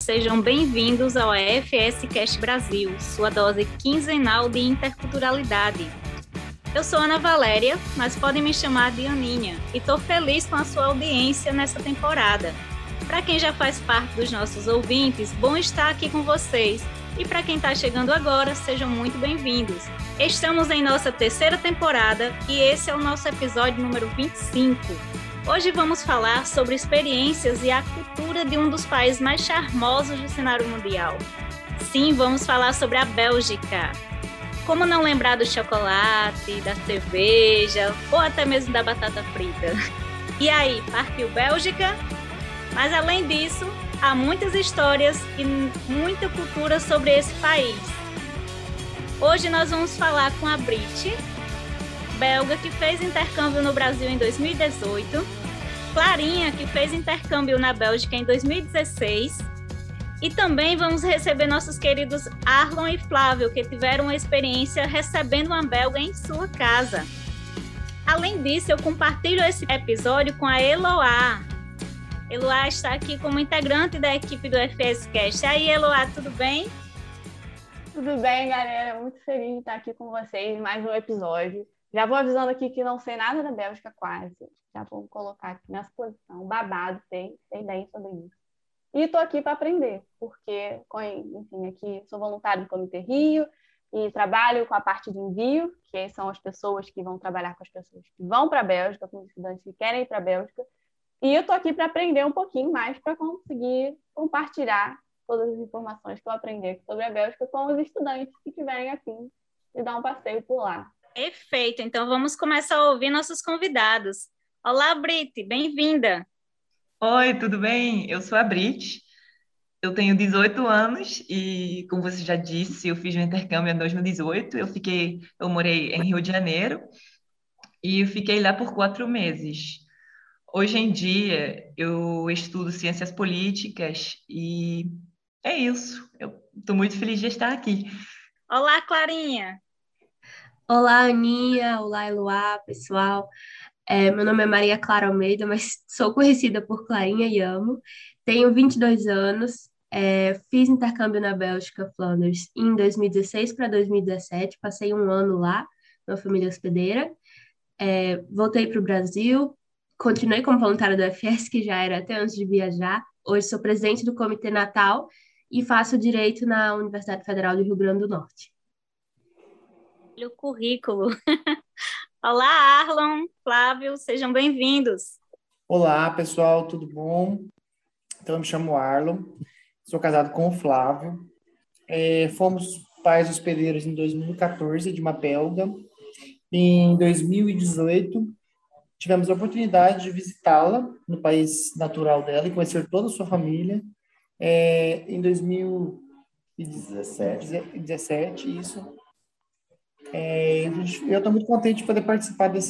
sejam bem-vindos ao EFS Cast Brasil, sua dose quinzenal de interculturalidade. Eu sou Ana Valéria, mas podem me chamar de Aninha, e estou feliz com a sua audiência nessa temporada. Para quem já faz parte dos nossos ouvintes, bom estar aqui com vocês. E para quem está chegando agora, sejam muito bem-vindos. Estamos em nossa terceira temporada e esse é o nosso episódio número 25. Hoje vamos falar sobre experiências e a cultura de um dos países mais charmosos do cenário mundial. Sim, vamos falar sobre a Bélgica. Como não lembrar do chocolate, da cerveja ou até mesmo da batata frita? E aí, partiu Bélgica? Mas além disso, há muitas histórias e muita cultura sobre esse país. Hoje nós vamos falar com a Brit, belga, que fez intercâmbio no Brasil em 2018, Clarinha, que fez intercâmbio na Bélgica em 2016, e também vamos receber nossos queridos Arlon e Flávio, que tiveram uma experiência recebendo uma belga em sua casa. Além disso, eu compartilho esse episódio com a Eloá. Eloá está aqui como integrante da equipe do FS Cast. E aí, Eloá, tudo bem? Tudo bem, galera. Muito feliz de estar aqui com vocês em mais um episódio. Já vou avisando aqui que não sei nada da Bélgica quase. Já vou colocar aqui nessa posição. Babado, sei bem sobre isso. E estou aqui para aprender, porque, enfim, aqui sou voluntário do Comitê Rio e trabalho com a parte de envio, que são as pessoas que vão trabalhar com as pessoas que vão para a Bélgica, com os estudantes que querem ir para a Bélgica. E eu estou aqui para aprender um pouquinho mais, para conseguir compartilhar todas as informações que eu aprendi sobre a Bélgica com os estudantes que tiverem afim de dar um passeio por lá. Perfeito, então vamos começar a ouvir nossos convidados. Olá, Brit, bem-vinda. Oi, tudo bem? Eu sou a Brit, eu tenho 18 anos e, como você já disse, eu fiz um intercâmbio em 2018. Eu morei em Rio de Janeiro e fiquei lá por 4 meses. Hoje em dia, eu estudo ciências políticas e é isso. Eu estou muito feliz de estar aqui. Olá, Clarinha. Olá, Aninha. Olá, Eloá, pessoal. Meu nome é Maria Clara Almeida, mas sou conhecida por Clarinha e amo. Tenho 22 anos, fiz intercâmbio na Bélgica, Flanders, em 2016 para 2017. Passei um ano lá, na família hospedeira. Voltei para o Brasil. Continuei como voluntária do FS, que já era até antes de viajar. Hoje sou presidente do Comitê Natal e faço Direito na Universidade Federal do Rio Grande do Norte. O currículo. Olá, Arlon, Flávio, sejam bem-vindos. Olá, pessoal, tudo bom? Então, eu me chamo Arlon, sou casado com o Flávio. Fomos pais hospedeiros em 2014 de uma belga. Em 2018, tivemos a oportunidade de visitá-la no país natural dela e conhecer toda a sua família. Em 2017, isso. Eu estou muito contente de poder participar do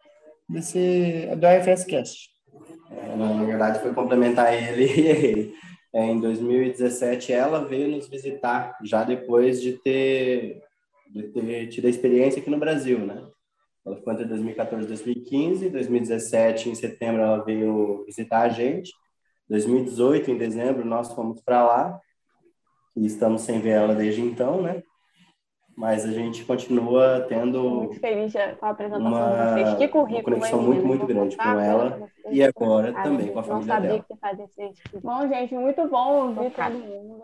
AFS Cast. Na verdade, foi complementar ele e errei. Em 2017, ela veio nos visitar, já depois de ter tido a experiência aqui no Brasil, né? Ela ficou entre 2014 e 2015. 2017, em setembro, ela veio visitar a gente. 2018, em dezembro, nós fomos para lá. E estamos sem ver ela desde então, né? Mas a gente continua tendo muito feliz com a apresentação de vocês. Que currículo, uma conexão muito grande com ela e agora também com a família dela. Que fazia esse tipo. Bom, gente, muito bom ouvir todo mundo.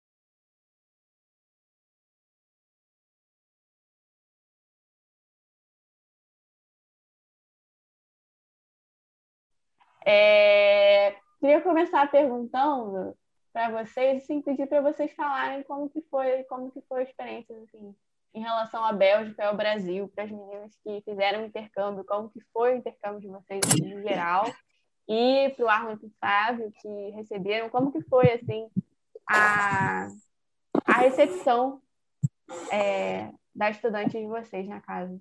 Queria começar perguntando para vocês, assim, pedir para vocês falarem como que foi a experiência, assim, em relação à Bélgica e ao Brasil, para as meninas que fizeram intercâmbio, como que foi o intercâmbio de vocês assim, em geral, e para o Arlon e para o Flávio, que receberam, como que foi assim, a recepção da estudante de vocês na casa?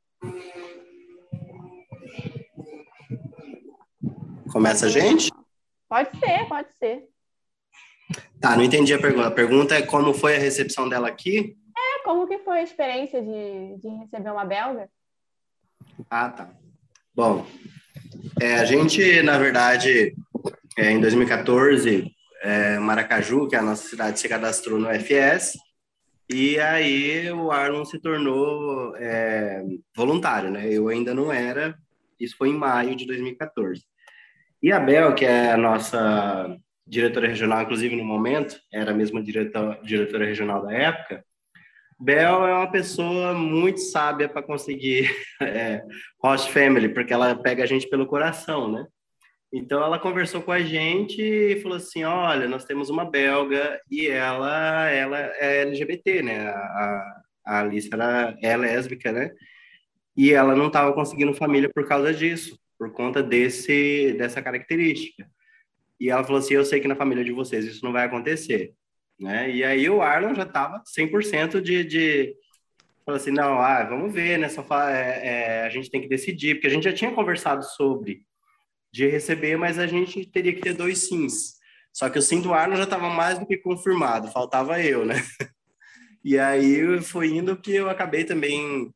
Começa a gente? Pode ser. Tá, não entendi a pergunta. A pergunta é como foi a recepção dela aqui? Como que foi a experiência de receber uma belga? Ah, tá. Bom, a gente, na verdade, em 2014, Maracaju, que é a nossa cidade, se cadastrou no FS, e aí o Arlon se tornou voluntário, né? Eu ainda não era, isso foi em maio de 2014. E a Bel, que é a nossa diretora regional, inclusive no momento, era a mesma diretora regional da época. Bel é uma pessoa muito sábia para conseguir host family, porque ela pega a gente pelo coração, né? Então, ela conversou com a gente e falou assim, olha, nós temos uma belga e ela é LGBT, né? A Alice é lésbica, né? E ela não estava conseguindo família por causa disso, por conta dessa característica. E ela falou assim, eu sei que na família de vocês isso não vai acontecer, né? E aí o Arlon já estava 100% falou assim, não, vamos ver, né? A gente tem que decidir, porque a gente já tinha conversado sobre de receber, mas a gente teria que ter 2 sims. Só que o sim do Arlon já estava mais do que confirmado, faltava eu, né? E aí foi indo que eu acabei também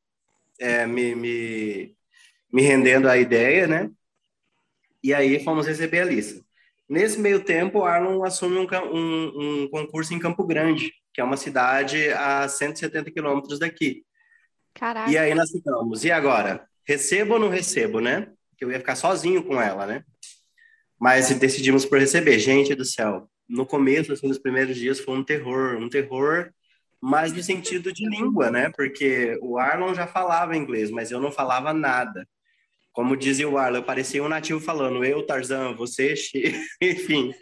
me rendendo à ideia, né? E aí fomos receber a Alissa. Nesse meio tempo, o Arlon assume um concurso em Campo Grande, que é uma cidade a 170 quilômetros daqui. Caraca. E aí nós ficamos, e agora? Recebo ou não recebo, né? Que eu ia ficar sozinho com ela, né? Mas decidimos por receber. Gente do céu, no começo, assim, nos primeiros dias, foi um terror, mas no sentido de língua, né? Porque o Arlon já falava inglês, mas eu não falava nada. Como dizia o Arlon, eu parecia um nativo falando, eu, Tarzan, você, enfim.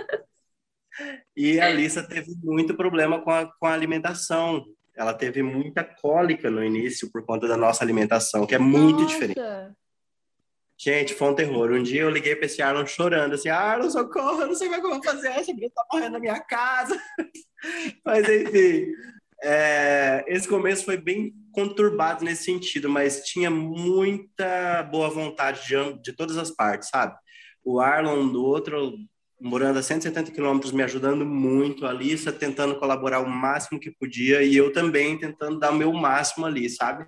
E a Alissa teve muito problema com a alimentação. Ela teve muita cólica no início por conta da nossa alimentação, que é muito diferente. Gente, foi um terror. Um dia eu liguei para esse Arlon chorando, assim, Arlon, socorro, eu não sei como é que eu vou fazer, essa menina tá morrendo na minha casa. Mas, enfim, esse começo foi bem conturbado nesse sentido, mas tinha muita boa vontade de todas as partes, sabe? O Arlon, do outro, morando a 170 quilômetros, me ajudando muito, a Alissa tentando colaborar o máximo que podia, e eu também tentando dar o meu máximo ali, sabe?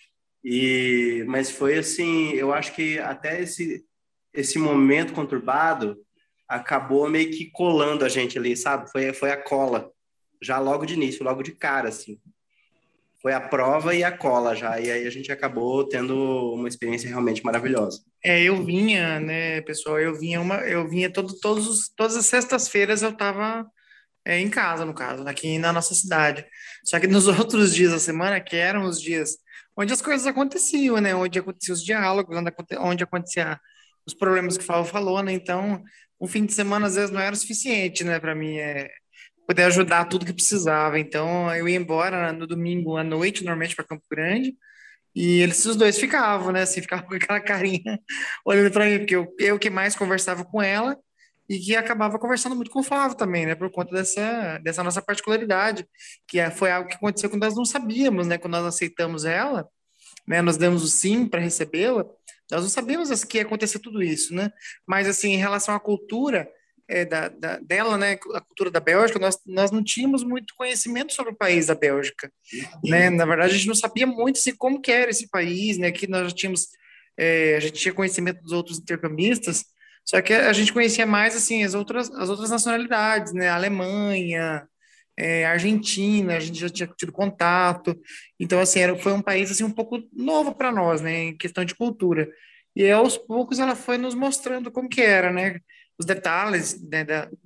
Mas foi assim, eu acho que até esse momento conturbado acabou meio que colando a gente ali, sabe? Foi a cola, já logo de início, logo de cara, assim. Foi a prova e a cola já, e aí a gente acabou tendo uma experiência realmente maravilhosa. Eu vinha, né, pessoal, eu vinha todas as sextas-feiras eu estava em casa, no caso, aqui na nossa cidade. Só que nos outros dias da semana, que eram os dias onde as coisas aconteciam, né, onde aconteciam os diálogos, onde acontecia os problemas que o Flávio falou, né, então um fim de semana às vezes não era o suficiente, né, para mim poder ajudar tudo que precisava. Então eu ia embora no domingo à noite, normalmente para Campo Grande, e os dois ficavam, né, assim, ficavam com aquela carinha olhando para mim, porque eu que mais conversava com ela e que acabava conversando muito com o Flávio também, né, por conta dessa nossa particularidade, foi algo que aconteceu quando nós não sabíamos, né, quando nós aceitamos ela, né, nós demos o sim para recebê-la, nós não sabíamos que ia acontecer tudo isso, né, mas assim, em relação à cultura dela, né, a cultura da Bélgica, nós não tínhamos muito conhecimento sobre o país da Bélgica, né, na verdade a gente não sabia muito assim, como que era esse país, né, que nós já tínhamos, a gente tinha conhecimento dos outros intercambistas, só que a gente conhecia mais assim as outras nacionalidades, né, a Alemanha, a Argentina, a gente já tinha tido contato, então assim foi um país assim um pouco novo para nós, né, em questão de cultura. E aos poucos ela foi nos mostrando como que era, né, os detalhes, né,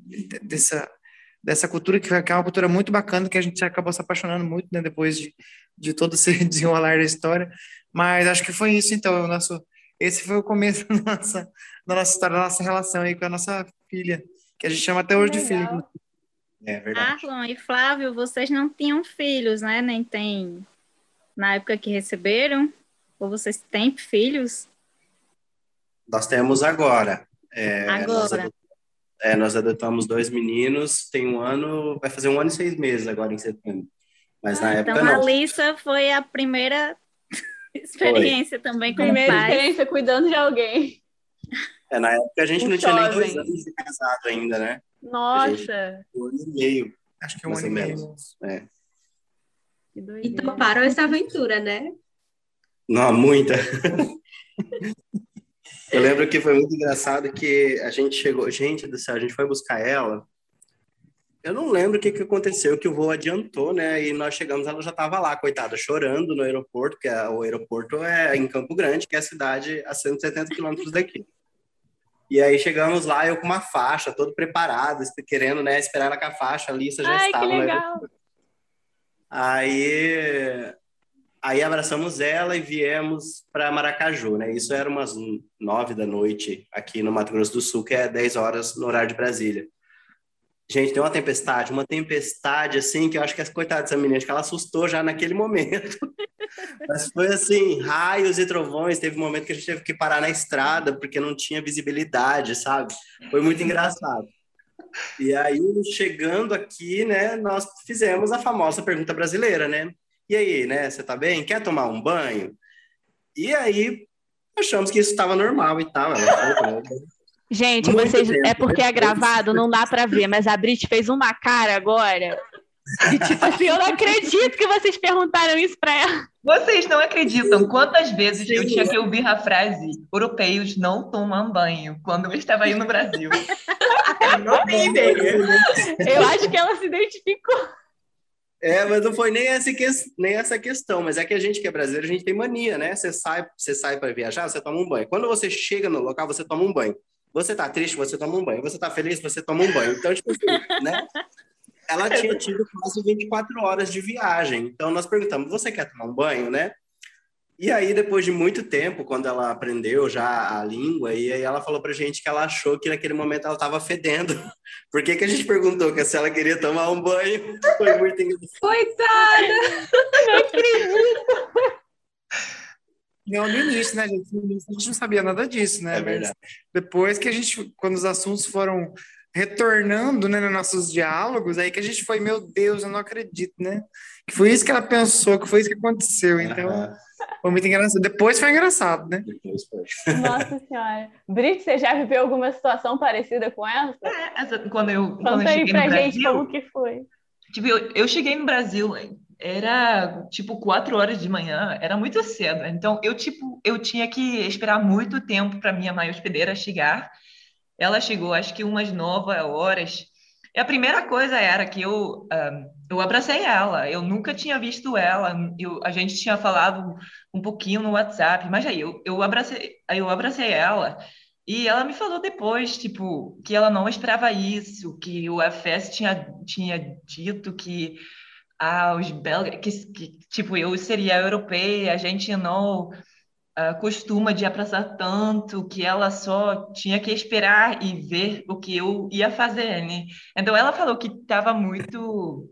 dessa cultura que é uma cultura muito bacana, que a gente acabou se apaixonando muito, né, depois de todo esse desenrolar da história. Mas acho que foi isso, então, esse foi o começo da nossa história, da nossa relação aí com a nossa filha, que a gente chama até hoje de filha. É verdade. Arlon e Flávio, vocês não tinham filhos, né? Nem tem na época que receberam? Ou vocês têm filhos? Nós temos agora. Agora. Nós adotamos 2 meninos, tem 1 ano, vai fazer 1 ano e 6 meses agora em setembro. Mas na época então não. A Alissa foi a primeira experiência tambm como primeira pai. Experiência cuidando de alguém. Na época a gente não tinha nem 2 anos de casado ainda, né? Nossa! 1 ano e meio. Acho que 1 ano e meio. E toparam essa aventura, né? Não, muita. Eu lembro que foi muito engraçado que a gente chegou, gente do céu, a gente foi buscar ela Eu não lembro o que aconteceu, que o voo adiantou, né? E nós chegamos, ela já estava lá, coitada, chorando no aeroporto, que o aeroporto é em Campo Grande, que é a cidade a 170 quilômetros daqui. E aí chegamos lá, eu com uma faixa, todo preparado, querendo, né, esperar ela com a faixa, a Lisa já Ai, que estava no legal! aeroporto. Aí abraçamos ela e viemos para Maracaju, né? Isso era umas 9 da noite aqui no Mato Grosso do Sul, que é 10 horas no horário de Brasília. Gente, deu uma tempestade assim, que eu acho que coitada dessa menina, acho que ela assustou já naquele momento. Mas foi assim, raios e trovões, teve um momento que a gente teve que parar na estrada, porque não tinha visibilidade, sabe? Foi muito engraçado. E aí, chegando aqui, né, nós fizemos a famosa pergunta brasileira, né? E aí, né, você tá bem? Quer tomar um banho? E aí, achamos que isso estava normal e tal. Gente, Muito vocês tempo, é porque é gravado, não dá pra ver, mas a Brit fez uma cara agora. E tipo assim, eu não acredito que vocês perguntaram isso pra ela. Vocês não acreditam quantas vezes eu tinha que ouvir a frase europeus não tomam banho quando eu estava aí no Brasil. Eu não tenho ideia. Eu acho que ela se identificou. Mas não foi nem essa questão, mas é que a gente que é brasileiro, a gente tem mania, né? Você sai para viajar, você toma um banho. Quando você chega no local, você toma um banho. Você tá triste, você toma um banho. Você tá feliz, você toma um banho. Então, tipo assim, né? Ela tinha tido quase 24 horas de viagem. Então, nós perguntamos, você quer tomar um banho, né? E aí, depois de muito tempo, quando ela aprendeu já a língua, e aí ela falou pra gente que ela achou que naquele momento ela estava fedendo. Por que a gente perguntou que se ela queria tomar um banho? Foi muito engraçado. Coitada! Não acredito. Não, no início, né, gente? No início a gente não sabia nada disso, né? É Mas verdade. depois que a gente, quando os assuntos foram retornando, né, nos nossos diálogos, aí que a gente foi, meu Deus, eu não acredito, né? Que foi isso que ela pensou, que foi isso que aconteceu. Então, foi muito engraçado. Depois foi engraçado, né? Depois foi. Nossa Senhora. Brit, você já viveu alguma situação parecida com essa? Quando eu Conta aí cheguei no pra gente Brasil, como que foi. tipo, eu cheguei no Brasil, era tipo 4 horas de manhã, era muito cedo. Então eu tinha que esperar muito tempo para minha mãe hospedeira chegar. Ela chegou, acho que umas 9 horas. E a primeira coisa era que eu abracei ela. Eu nunca tinha visto ela. A gente tinha falado um pouquinho no WhatsApp, mas aí eu abracei ela. E ela me falou depois, tipo, que ela não esperava isso, que o FS tinha dito que os belgas, tipo, eu seria europeia, a gente não costuma de abraçar tanto, que ela só tinha que esperar e ver o que eu ia fazer, né? Então ela falou que estava muito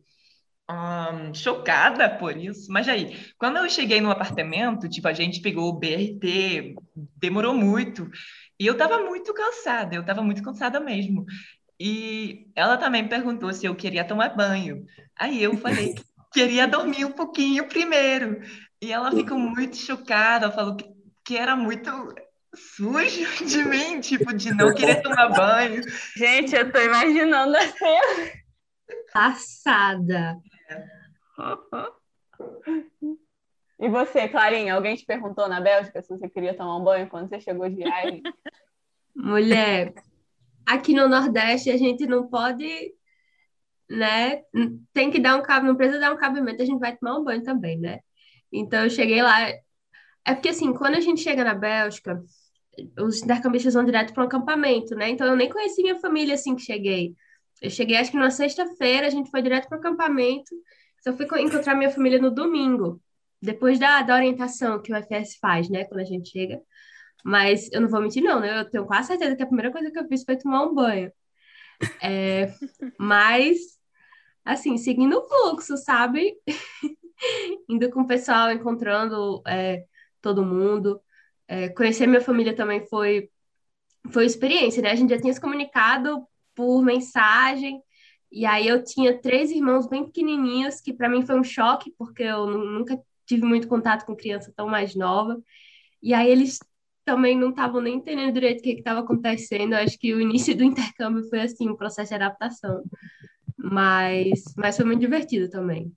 chocada por isso. Mas aí, quando eu cheguei no apartamento, tipo, a gente pegou o BRT, demorou muito, e eu estava muito cansada mesmo. E ela também perguntou se eu queria tomar banho. Aí eu falei que queria dormir um pouquinho primeiro. E ela ficou muito chocada, falou que era muito sujo de mim, tipo, de não querer tomar banho. Gente, eu tô imaginando a cena. Passada. E você, Clarinha, alguém te perguntou na Bélgica se você queria tomar um banho quando você chegou de viagem? Mulher, aqui no Nordeste a gente não pode, né? Tem que dar não precisa dar um cabimento, a gente vai tomar um banho também, né? Então eu cheguei lá. É porque assim, quando a gente chega na Bélgica, os intercambistas vão direto para um acampamento, né? Então eu nem conheci minha família assim que cheguei. Eu cheguei acho que na sexta-feira, a gente foi direto para o acampamento. Só fui encontrar minha família no domingo, depois da orientação que o FS faz, né? Quando a gente chega. Mas eu não vou mentir, não, né? Eu tenho quase certeza que a primeira coisa que eu fiz foi tomar um banho. Mas, assim, seguindo o fluxo, sabe? Indo com o pessoal, encontrando todo mundo. Conhecer minha família também foi experiência, né? A gente já tinha se comunicado por mensagem, e aí eu tinha 3 irmãos bem pequenininhos, que para mim foi um choque, porque eu nunca tive muito contato com criança tão mais nova. E aí eles também não estavam nem entendendo direito o que estava acontecendo. Eu acho que o início do intercâmbio foi assim, um processo de adaptação. Mas foi muito divertido também.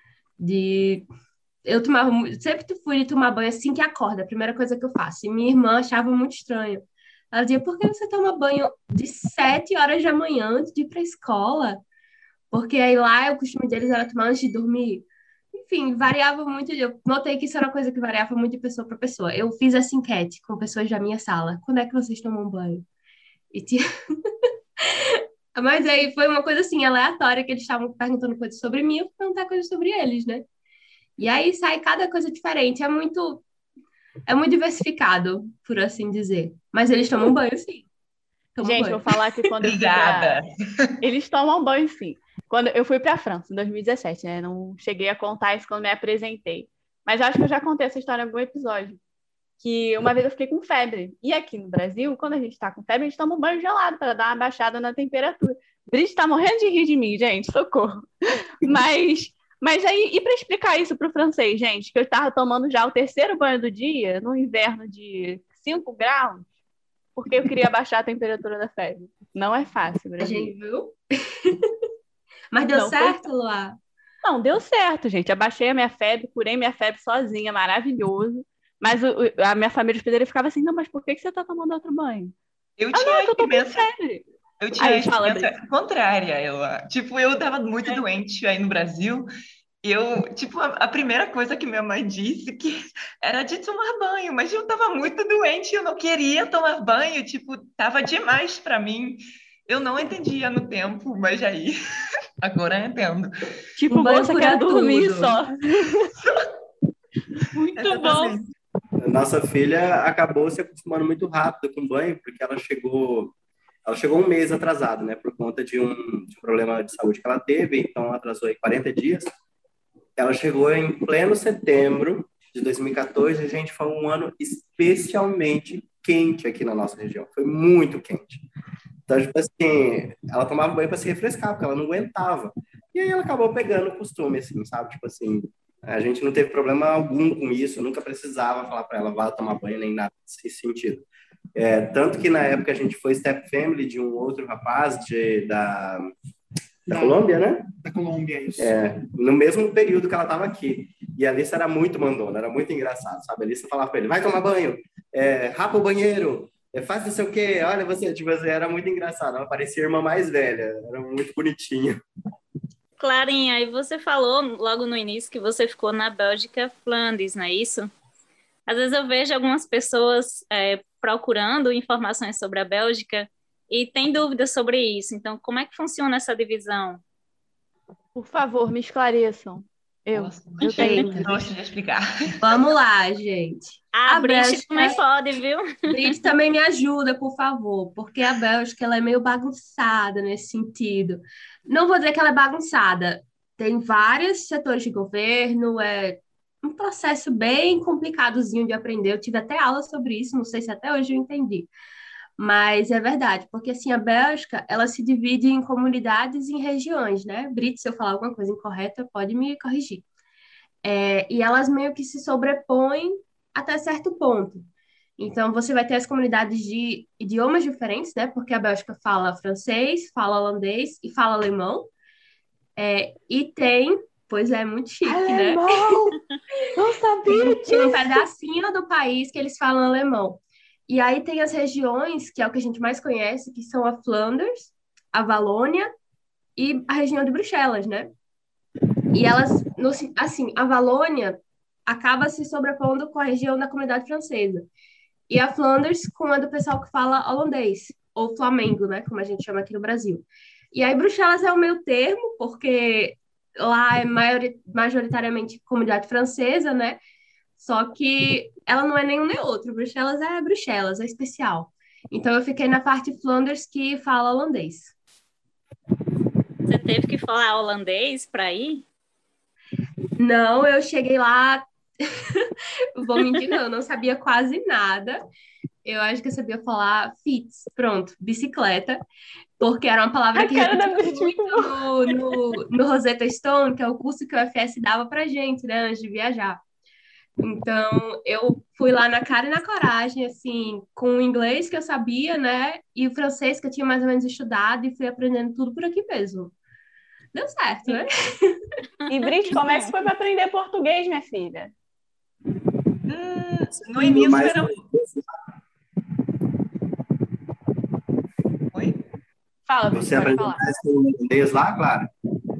Eu sempre fui de tomar banho assim que acorda, a primeira coisa que eu faço. E minha irmã achava muito estranho. Ela dizia, por que você toma banho de 7 horas da manhã antes de ir para a escola? Porque aí lá o costume deles era tomar antes de dormir. Enfim, variava muito. Eu notei que isso era uma coisa que variava muito de pessoa para pessoa. Eu fiz essa enquete com pessoas da minha sala. Quando é que vocês tomam banho? E tinha... Mas aí foi uma coisa assim, aleatória, que eles estavam perguntando coisas sobre mim, eu fui perguntar coisas sobre eles, né? E aí sai cada coisa diferente. É muito diversificado, por assim dizer. Mas eles tomam banho, sim. Tomam Gente, banho. vou falar que quando Obrigada. eles tomam banho, sim. Quando eu fui para a França, em 2017, né? Não cheguei a contar isso quando me apresentei. Mas eu acho que eu já contei essa história em algum episódio. Que uma vez eu fiquei com febre. E aqui no Brasil, quando a gente tá com febre, a gente toma um banho gelado para dar uma baixada na temperatura. Brit tá morrendo de rir de mim, gente, socorro. Mas aí, e para explicar isso pro francês, gente, que eu estava tomando já o terceiro banho do dia, no inverno de 5 graus, porque eu queria baixar a temperatura da febre. Não é fácil, A Brasil. gente viu? Mas deu Não foi certo, Luá? Não, deu certo, gente. Abaixei a minha febre, curei minha febre sozinha, maravilhoso. Mas a minha família hospedeira ficava assim, não, mas por que você tá tomando outro banho? Eu Ah, tinha não, a eu tô com experiência, febre. eu tinha a Aí fala, experiência contrária, ela. Tipo, eu tava muito doente aí no Brasil. Tipo, a primeira coisa que minha mãe disse que era de tomar banho, mas eu tava muito doente, eu não queria tomar banho, tipo, tava demais pra mim. Eu não entendia no tempo, mas aí, agora eu entendo. tipo, Um banho moça, cura quer dormir tudo. só. Muito bom. Exatamente. A nossa filha acabou se acostumando muito rápido com o banho, porque ela chegou um mês atrasada, né, por conta de um problema de saúde que ela teve, então atrasou aí 40 dias. Ela chegou em pleno setembro de 2014, gente, foi um ano especialmente quente aqui na nossa região, foi muito quente. Então, tipo assim, ela tomava banho para se refrescar, porque ela não aguentava. E aí ela acabou pegando o costume, assim, sabe? Tipo assim, a gente não teve problema algum com isso, eu nunca precisava falar para ela, vá tomar banho, nem nada nesse sentido. Tanto que na época a gente foi step family de um outro rapaz da Colômbia, né? Da Colômbia, isso. No mesmo período que ela estava aqui. E a Alissa era muito mandona, era muito engraçado, sabe? A Alissa falava para ele, vai tomar banho, rapa o banheiro, faz não sei o quê, olha você, tipo assim, era muito engraçado. Ela parecia a irmã mais velha, era muito bonitinha. Clarinha, e você falou logo no início que você ficou na Bélgica, Flandres, não é isso? Às vezes eu vejo algumas pessoas procurando informações sobre a Bélgica e tem dúvidas sobre isso. Então, como é que funciona essa divisão? Por favor, me esclareçam. Eu tenho. Gosto de explicar. Vamos lá, gente. A Brit Bélgica também pode, viu? Brit também me ajuda, por favor, porque a Bélgica ela é meio bagunçada nesse sentido. Não vou dizer que ela é bagunçada. Tem vários setores de governo, é um processo bem complicadozinho de aprender. Eu tive até aula sobre isso, não sei se até hoje eu entendi. Mas é verdade, porque assim, a Bélgica, ela se divide em comunidades e em regiões, né? Brit, se eu falar alguma coisa incorreta, pode me corrigir. E elas meio que se sobrepõem até certo ponto. Então, você vai ter as comunidades de idiomas diferentes, né? Porque a Bélgica fala francês, fala holandês e fala alemão. E tem, pois é, muito chique, Alemão! né? Não sabia Tem um disso! pedacinho do país que eles falam alemão. E aí tem as regiões, que é o que a gente mais conhece, que são a Flanders, a Valônia e a região de Bruxelas, né? E elas, assim, a Valônia acaba se sobrepondo com a região da comunidade francesa. E a Flanders com a do pessoal que fala holandês, ou flamengo, né? Como a gente chama aqui no Brasil. E aí Bruxelas é o meio termo, porque lá é majoritariamente comunidade francesa, né? Só que ela não é nenhum nem outro. Bruxelas, é especial. Então eu fiquei na parte Flanders que fala holandês. Você teve que falar holandês para ir? Não, eu cheguei lá, vou mentir, não sabia quase nada. Eu acho que eu sabia falar fiets, pronto, bicicleta, porque era uma palavra que repetia muito no Rosetta Stone, que é o curso que o UFS dava pra gente, né, antes de viajar. Então, eu fui lá na cara e na coragem, assim, com o inglês que eu sabia, né, e o francês que eu tinha mais ou menos estudado, e fui aprendendo tudo por aqui mesmo. Deu certo, né? E, Brit, como é que foi para aprender português, minha filha? No início era... Oi? Fala, Você pode aprendeu falar. mais com o holandês lá, claro?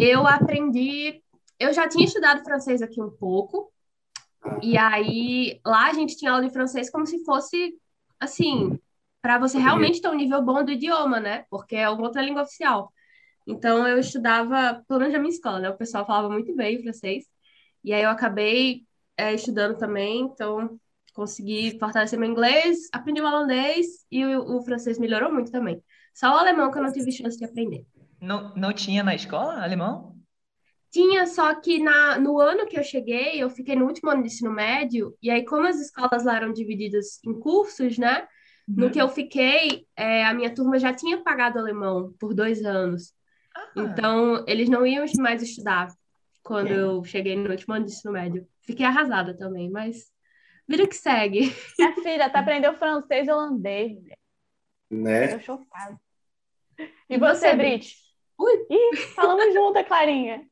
eu aprendi... Eu já tinha estudado francês aqui um pouco, e aí lá a gente tinha aula de francês como se fosse, assim, para você Português. realmente ter um nível bom do idioma, né? Porque é uma outra língua oficial. Então eu estudava, pelo menos na minha escola, né? O pessoal falava muito bem francês. E aí eu acabei estudando também, então consegui fortalecer meu inglês, aprendi o holandês e o francês melhorou muito também. Só o alemão que eu não tive chance de aprender. Não, não tinha na escola alemão? Tinha, só que no ano que eu cheguei, eu fiquei no último ano de ensino médio, e aí como as escolas lá eram divididas em cursos, né? No que eu Uhum. fiquei, a minha turma já tinha pagado alemão por 2 anos. Ah, Então, eles não iam mais estudar quando eu cheguei no último ano de ensino médio. Fiquei arrasada também, mas vida que segue. Minha filha, até aprendeu francês e holandês, mulher. Tô Né? chocada. E E você, você, Brit? Ui, Ih, falamos juntas, Clarinha.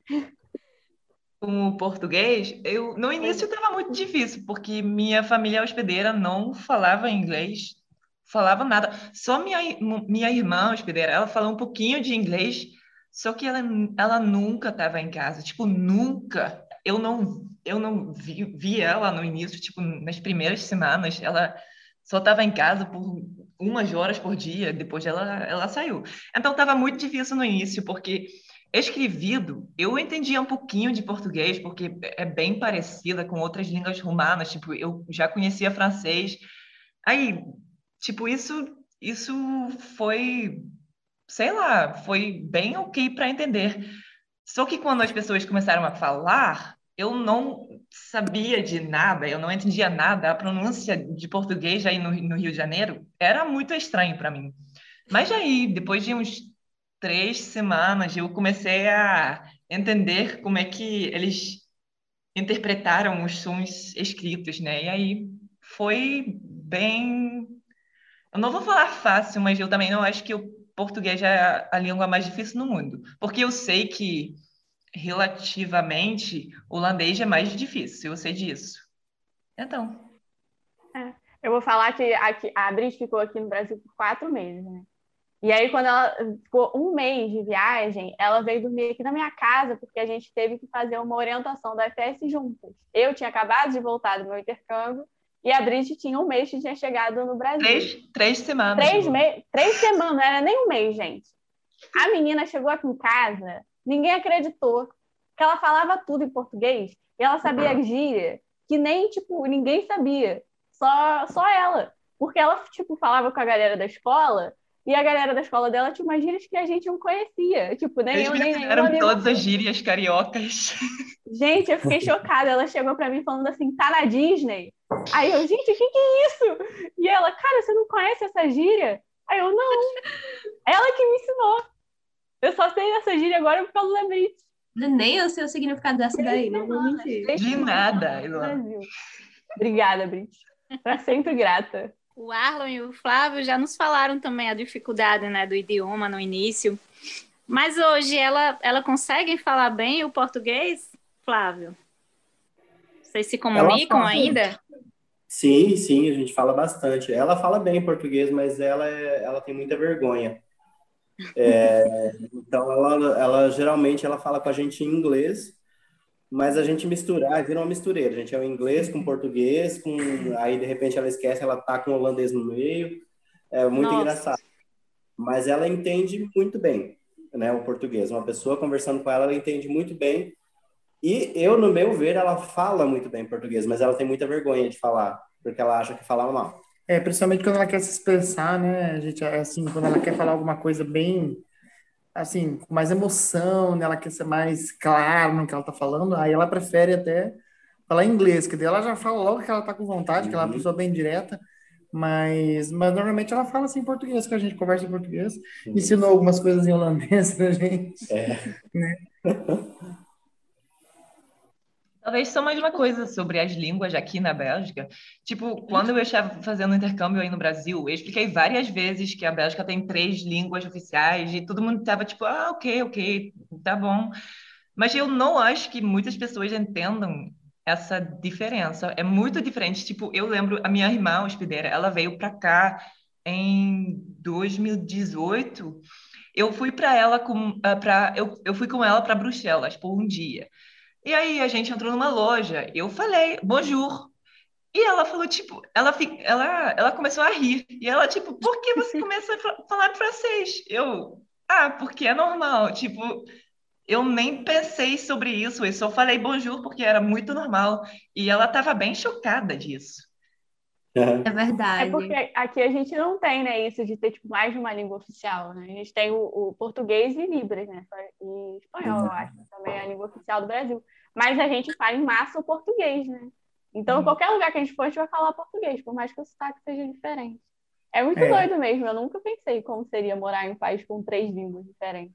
com o português, no Pois início é. estava muito difícil, porque minha família hospedeira não falava inglês, falava nada. Só minha irmã hospedeira, ela falou um pouquinho de inglês, só que ela nunca estava em casa, tipo, nunca. Eu não vi ela no início, tipo, nas primeiras semanas, ela só estava em casa por umas horas por dia, depois ela saiu. Então estava muito difícil no início, porque escrevido, eu entendia um pouquinho de português, porque é bem parecida com outras línguas romanas, tipo, eu já conhecia francês. Aí, tipo, isso foi, sei lá, foi bem ok para entender. Só que quando as pessoas começaram a falar, eu não sabia de nada, eu não entendia nada. A pronúncia de português aí no Rio de Janeiro era muito estranho para mim. Mas aí, depois de uns 3 semanas, eu comecei a entender como é que eles interpretaram os sons escritos, né? E aí foi bem. Eu não vou falar fácil, mas eu também não acho que o português é a língua mais difícil no mundo. Porque eu sei que, relativamente, o holandês é mais difícil, eu sei disso. Então, É. Eu vou falar que a Brit ficou aqui no Brasil por 4 meses, né? E aí, quando ela ficou 1 mês de viagem, ela veio dormir aqui na minha casa, porque a gente teve que fazer uma orientação da FS juntas. Eu tinha acabado de voltar do meu intercâmbio e a Brit tinha 1 mês que tinha chegado no Brasil. 3 semanas, Lu. 3 semanas, não era nem 1 mês, gente. A menina chegou aqui em casa, ninguém acreditou que ela falava tudo em português e ela sabia gíria que nem, tipo, ninguém sabia. Só ela. Porque ela, tipo, falava com a galera da escola e a galera da escola dela tinha umas gírias que a gente não conhecia. Tipo, nem Eles eu, nem nenhum fizeram amigo todas as meu. gírias cariocas. Gente, eu fiquei chocada. Ela chegou pra mim falando assim, tá na Disney? Aí eu, gente, o que é isso? E ela, cara, você não conhece essa gíria? Aí eu, não. Ela que me ensinou. Eu só sei essa gíria agora por causa da Brit. nem eu sei o significado dessa daí, não vou mentir. 3 De semanas nada, no Ilona. Brasil. Obrigada, Brit. Pra sempre grata. O Arlon e o Flávio já nos falaram também a dificuldade, né, do idioma no início. Mas hoje ela consegue falar bem o português, Flávio? Vocês se Ela comunicam fala. ainda? Sim, sim, a gente fala bastante. Ela fala bem português, mas ela tem muita vergonha. Então, ela geralmente ela fala com a gente em inglês, mas a gente mistura, vira uma mistureira. A gente é o inglês com português, aí de repente ela esquece, ela tá com o holandês no meio. É muito Nossa. engraçado. Mas ela entende muito bem, né, o português. Uma pessoa conversando com ela, ela entende muito bem. E eu, no meu ver, ela fala muito bem português, mas ela tem muita vergonha de falar, porque ela acha que fala mal. Principalmente quando ela quer se expressar, né? A gente, assim, quando ela quer falar alguma coisa bem, assim, com mais emoção, né? Ela quer ser mais clara no que ela tá falando, aí ela prefere até falar inglês, que daí ela já fala logo que ela tá com vontade, que ela é uma Uhum. pessoa bem direta, mas normalmente ela fala assim em português, que a gente conversa em português, ensinou algumas coisas em holandês pra gente, né? Talvez só mais uma coisa sobre as línguas aqui na Bélgica. Tipo, quando eu estava fazendo intercâmbio aí no Brasil, eu expliquei várias vezes que a Bélgica tem 3 línguas oficiais e todo mundo estava tipo, ah, ok, tá bom. Mas eu não acho que muitas pessoas entendam essa diferença. É muito diferente. Tipo, eu lembro, a minha irmã hospedeira, ela veio para cá em 2018. eu fui para ela eu fui com ela para Bruxelas por um dia. E aí a gente entrou numa loja, eu falei, bonjour. E ela falou, tipo, ela começou a rir. E ela, tipo, por que você começou a falar francês? Porque é normal. Tipo, eu nem pensei sobre isso. Eu só falei bonjour porque era muito normal. E ela estava bem chocada disso. É É porque verdade. aqui a gente não tem, né, isso de ter tipo, mais de uma língua oficial, né? A gente tem o português e Libras, né? E espanhol, eu acho, também é a língua oficial do Brasil. Mas a gente fala em massa o português, né? Então, em qualquer lugar que a gente for, a gente vai falar português, por mais que o sotaque seja diferente. É muito É, doido mesmo. Eu nunca pensei como seria morar em um país com 3 línguas diferentes.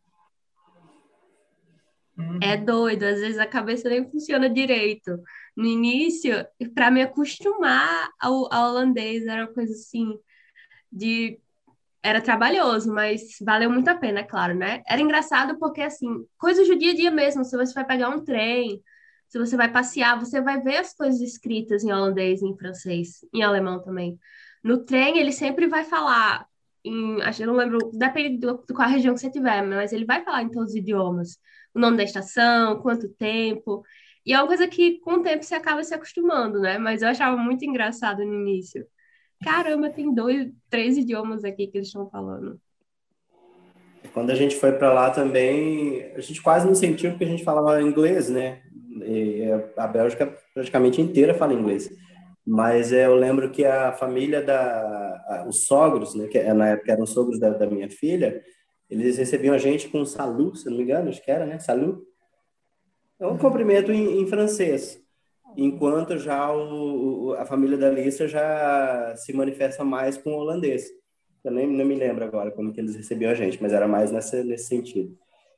É uhum, doido, às vezes a cabeça nem funciona direito. No início, para me acostumar ao holandês, era uma coisa assim, de era trabalhoso, mas valeu muito a pena, é claro, né? Era engraçado porque, assim, coisas do dia a dia mesmo, se você vai pegar um trem, se você vai passear, você vai ver as coisas escritas em holandês, em francês, em alemão também. No trem, ele sempre vai falar acho que eu não lembro, depende do qual região que você tiver, mas ele vai falar em todos os idiomas. O nome da estação, quanto tempo. E é uma coisa que, com o tempo, você acaba se acostumando, né? Mas eu achava muito engraçado no início. Caramba, tem dois, três idiomas aqui que eles estão falando. Quando a gente foi para lá também, a gente quase não sentiu porque a gente falava inglês, né? E a Bélgica praticamente inteira fala inglês. Mas eu lembro que a família os sogros, né, na época eram sogros da minha filha, eles recebiam a gente com salut, se não me engano, acho que era, né? Salut. É um uhum. cumprimento em francês. Enquanto já a família da Lisa já se manifesta mais com o holandês. Eu nem não me lembro agora como que eles recebiam a gente, mas era mais nesse sentido.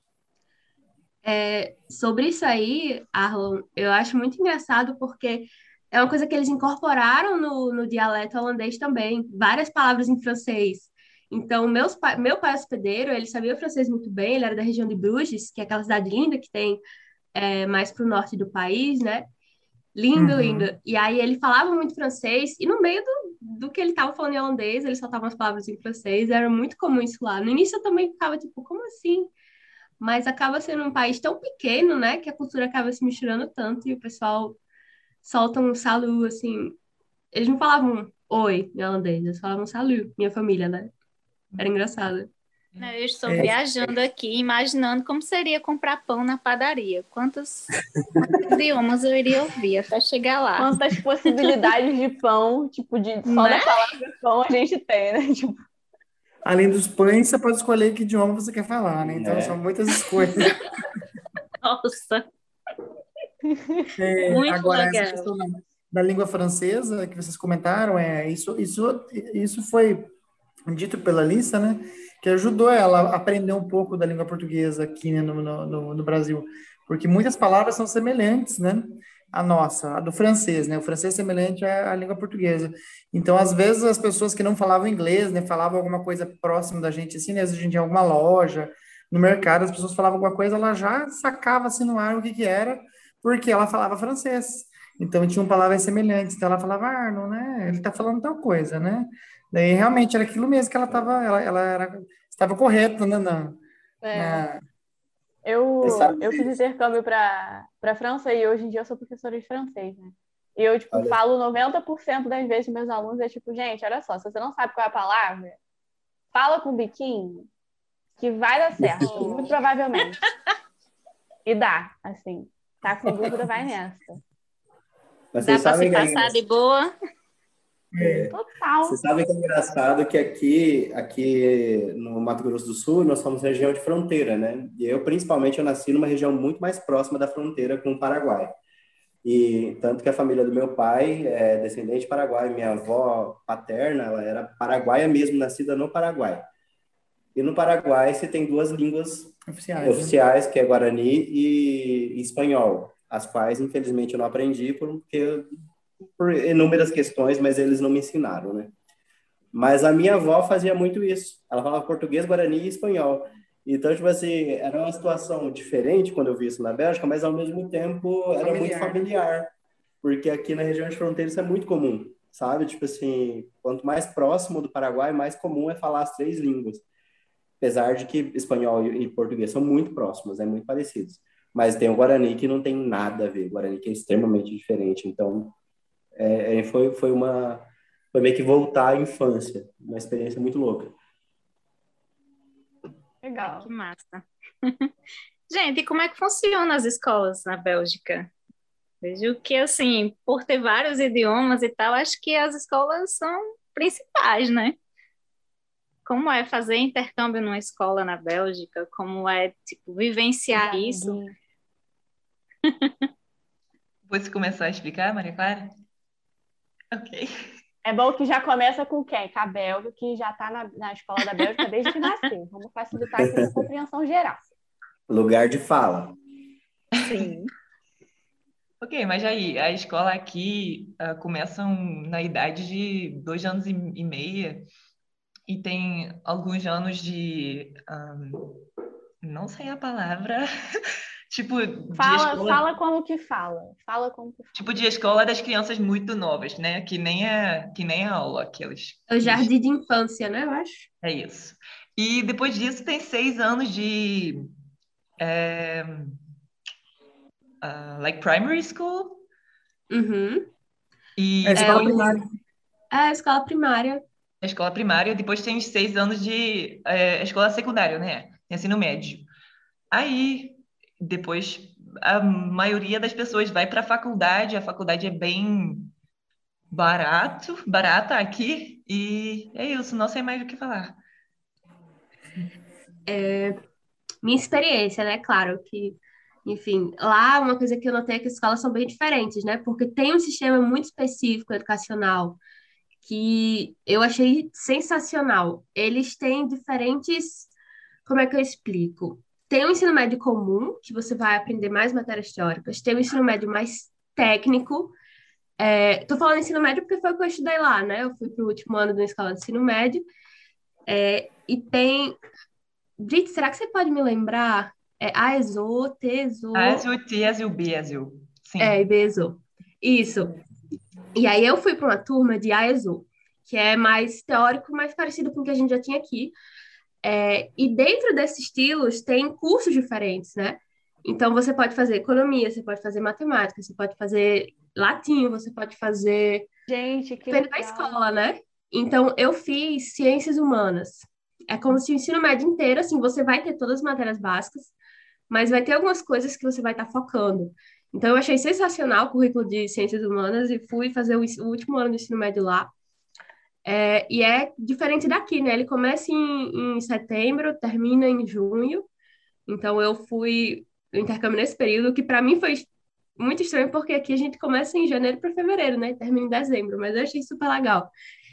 Sobre isso aí, Arlon, eu acho muito engraçado porque é uma coisa que eles incorporaram no dialeto holandês também, várias palavras em francês. Então, meu pai hospedeiro, ele sabia francês muito bem, ele era da região de Bruges, que é aquela cidade linda que tem mais para o norte do país, né? Lindo, lindo. Uhum. E aí ele falava muito francês, e no meio do que ele estava falando em holandês, ele soltava as palavras em francês, era muito comum isso lá. No início eu também ficava tipo, como assim? Mas acaba sendo um país tão pequeno, né, que a cultura acaba se misturando tanto e o pessoal solta um salut, assim. Eles não falavam oi em holandês, eles falavam salut, minha família, né? Era engraçado. Né, eu estou É, viajando aqui, imaginando como seria comprar pão na padaria. Quantos idiomas eu iria ouvir até chegar lá, Quantas possibilidades de pão, tipo, só da né? palavra pão a gente tem, né? Tipo, além dos pães, você pode escolher que idioma você quer falar, né? Então são Né? muitas escolhas. Nossa, muito Agora, essa legal. questão da língua francesa que vocês comentaram, isso foi dito pela Lisa, né? Que ajudou ela a aprender um pouco da língua portuguesa aqui, né, no Brasil, porque muitas palavras são semelhantes, né? A nossa, a do francês, né? O francês é semelhante à língua portuguesa. Então, às vezes, as pessoas que não falavam inglês, né, falavam alguma coisa próxima da gente, assim, né? Às vezes a gente ia em alguma loja, no mercado, as pessoas falavam alguma coisa, ela já sacava assim no ar o que que era, porque ela falava francês. Então, tinham palavras semelhantes. Então, ela falava, Arno, né? Ele tá falando tal coisa, né? Daí realmente era aquilo mesmo que estava correta, né? é, Na, Você eu sabe, fiz intercâmbio para França e hoje em dia eu sou professora de francês, né? E eu, tipo, olha, falo 90% das vezes para meus alunos, é tipo, gente, olha só, se você não sabe qual é a palavra, fala com o biquinho que vai dar certo, muito provavelmente. E dá, assim. Tá com dúvida, vai nessa. mas Dá vocês para se sabem que passar de boa? Total. vocês sabem que é engraçado que aqui no Mato Grosso do Sul nós somos região de fronteira, né? E eu principalmente eu nasci numa região muito mais próxima da fronteira com o Paraguai. E tanto que a família do meu pai é descendente paraguaio, minha avó paterna, ela era paraguaia mesmo, nascida no Paraguai. E no Paraguai você tem duas línguas oficiais, né? oficiais, que é Guarani e Espanhol, as quais infelizmente eu não aprendi por inúmeras questões, mas eles não me ensinaram, né? Mas a minha avó fazia muito isso. Ela falava português, guarani e espanhol. Então, tipo assim, era uma situação diferente quando eu vi isso na Bélgica, mas ao mesmo tempo era muito Familiar, né? familiar, porque aqui na região de fronteira isso é muito comum, sabe? Tipo assim, quanto mais próximo do Paraguai, mais comum é falar as três línguas. apesar de que espanhol e português são muito próximos, né, muito parecidos. Mas tem o Guarani que não tem nada a ver, o Guarani que é extremamente diferente. Então, foi meio que voltar à infância, uma experiência muito louca. Legal. Que massa. Gente, e como é que funciona as escolas na Bélgica? Vejo que, assim, por ter vários idiomas e tal, acho que as escolas são principais, né? Como é fazer intercâmbio numa escola na Bélgica? Como é, tipo, vivenciar isso? Você começar a explicar, Maria Clara? Ok. É bom que já começa com quem? Com a Bélgica, que já está na escola da Bélgica desde que nasceu. Vamos facilitar aqui a compreensão geral. Lugar de fala. Sim. Ok, mas aí, a escola aqui começam na idade de 2 anos e meio e tem alguns anos de... não sei a palavra... tipo, Fala como que fala. Fala como que fala. tipo de escola das crianças muito novas, né? Que nem a aula que eles... É o jardim de infância, né, eu acho. É isso. E depois disso tem 6 anos de... like primary school. Uhum. E É escola depois primária. É a escola primária. a escola primária, depois tem os 6 anos de escola secundária, né? Ensino médio. Aí, depois, a maioria das pessoas vai para a faculdade é bem barata aqui, e é isso, não sei mais o que falar. Minha experiência, né? Claro que, enfim, lá uma coisa que eu notei é que as escolas são bem diferentes, né? Porque tem um sistema muito específico educacional que eu achei sensacional. Eles têm diferentes. Como é que eu explico? Tem o ensino médio comum, que você vai aprender mais matérias teóricas, tem o ensino médio mais técnico. Tô falando ensino médio porque foi o que eu estudei lá, né? Eu fui para o último ano da escola de ensino médio. E tem. Brit, será que você pode me lembrar? AESO, TESO. ASU, TSU, BSU. Sim. E BESO. Isso. E aí eu fui para uma turma de AESO, que é mais teórico, mais parecido com o que a gente já tinha aqui. E dentro desses estilos tem cursos diferentes, né? Então você pode fazer economia, você pode fazer matemática, você pode fazer latim, você pode fazer... Gente, que Depende da legal. escola, né? Então eu fiz ciências humanas. É como se o ensino médio inteiro, assim, você vai ter todas as matérias básicas, mas vai ter algumas coisas que você vai estar focando. Então eu achei sensacional o currículo de ciências humanas e fui fazer o último ano do ensino médio lá. E é diferente daqui, né? Ele começa em setembro, termina em junho. Então eu fui no intercâmbio nesse período, que para mim foi muito estranho, porque aqui a gente começa em janeiro para fevereiro, né? E termina em dezembro, mas eu achei super legal.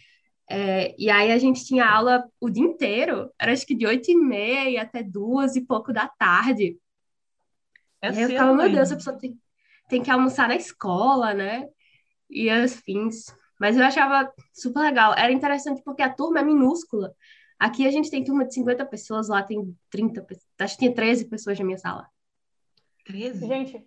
E aí a gente tinha aula o dia inteiro, era acho que de 8h30 até 2h e pouco da tarde. É E aí eu cedo ficava, meu Deus, mesmo. a pessoa tem que almoçar na escola, né? E afins. Mas eu achava super legal. Era interessante porque a turma é minúscula. Aqui a gente tem turma de 50 pessoas, lá tem 30 pessoas. Acho que tinha 13 pessoas na minha sala. 13? Gente,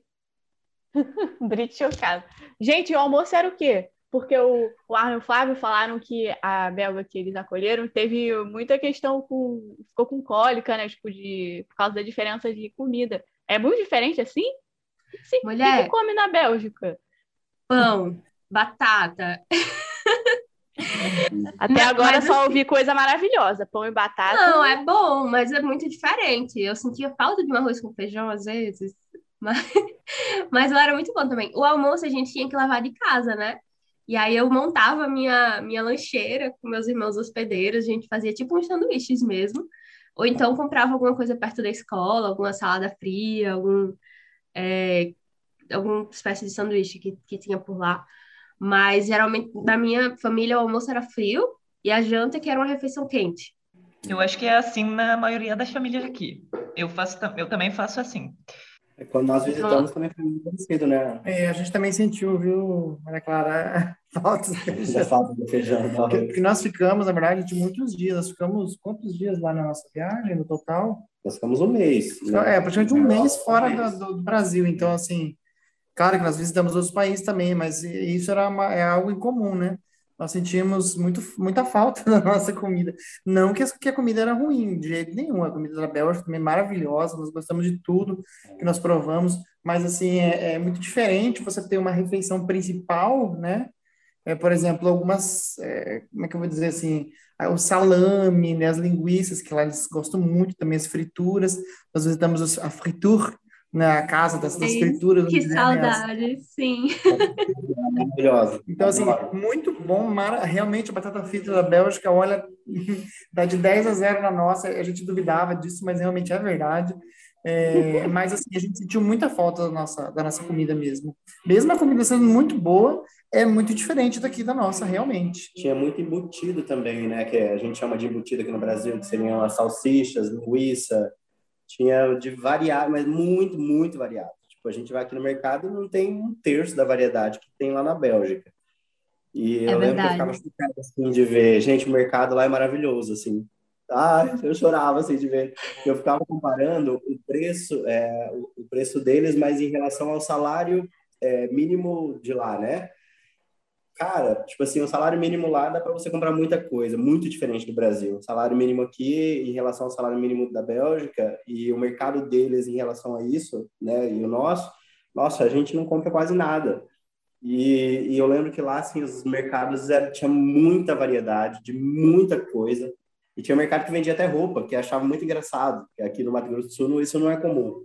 Brit chocada. Gente, o almoço era o quê? Porque o Arno e o Flávio falaram que a belga que eles acolheram teve muita questão ficou com cólica, né? Tipo, por causa da diferença de comida. É muito diferente assim? Sim. O Mulher, que come na Bélgica? pão, batata. Até agora mas só assim, ouvi coisa maravilhosa. Pão e batata. não, é bom, mas é muito diferente. Eu sentia falta de um arroz com feijão às vezes. Mas, mas lá era muito bom também. O almoço a gente tinha que levar de casa, né? E aí eu montava a minha lancheira com meus irmãos hospedeiros, a gente fazia tipo uns sanduíches mesmo. Ou então comprava alguma coisa perto da escola, alguma salada fria, alguma espécie de sanduíche que tinha por lá. Mas geralmente na minha família o almoço era frio e a janta que era uma refeição quente. Eu acho que é assim na maioria das famílias aqui. Eu também faço assim. Quando nós visitamos também foi muito parecido, né? A gente também sentiu, viu, Maria Clara, falta do Da feijão. falta do feijão. Porque nós ficamos, na verdade, de muitos dias. Nós ficamos quantos dias lá na nossa viagem, no total? Nós ficamos um mês. Né? Praticamente um mês fora do Brasil. Então, assim, claro que nós visitamos outros países também, mas isso é algo em comum, né? Nós sentimos muita falta da nossa comida. Não que a comida era ruim, de jeito nenhum. A comida da Bélgica também é maravilhosa, nós gostamos de tudo que nós provamos, mas assim, é muito diferente você ter uma refeição principal, né? Por exemplo, como é que eu vou dizer assim, o salame, né, as linguiças, que lá eles gostam muito também, as frituras. Nós visitamos a fritur, na casa das Ai, frituras, que onde vendem saudade, sim. Maravilhosa. então, assim, Adoro. muito bom, realmente a batata frita da Bélgica, olha, dá de 10-0 na nossa, a gente duvidava disso, mas realmente é verdade. Mas, assim, a gente sentiu muita falta da nossa comida mesmo. Mesmo a comida sendo muito boa, é muito diferente daqui da nossa, realmente. Tinha muito embutido também, né? Que a gente chama de embutido aqui no Brasil, que seriam as salsichas, linguiça. Tinha de variado, mas muito, muito variado. Tipo, a gente vai aqui no mercado e não tem um terço da variedade que tem lá na Bélgica. E É eu lembro que eu ficava verdade. chocado, assim, de ver. Gente, o mercado lá é maravilhoso, assim. Ah, eu chorava, assim, de ver. Eu ficava comparando o preço deles, mas em relação ao salário mínimo de lá, né? Cara, tipo assim, o salário mínimo lá dá para você comprar muita coisa, muito diferente do Brasil. O salário mínimo aqui, em relação ao salário mínimo da Bélgica, e o mercado deles em relação a isso, né, e o nosso, nossa, a gente não compra quase nada. E eu lembro que lá, assim, os mercados tinha muita variedade, de muita coisa. E tinha mercado que vendia até roupa, que eu achava muito engraçado, que aqui no Mato Grosso do Sul isso não é comum.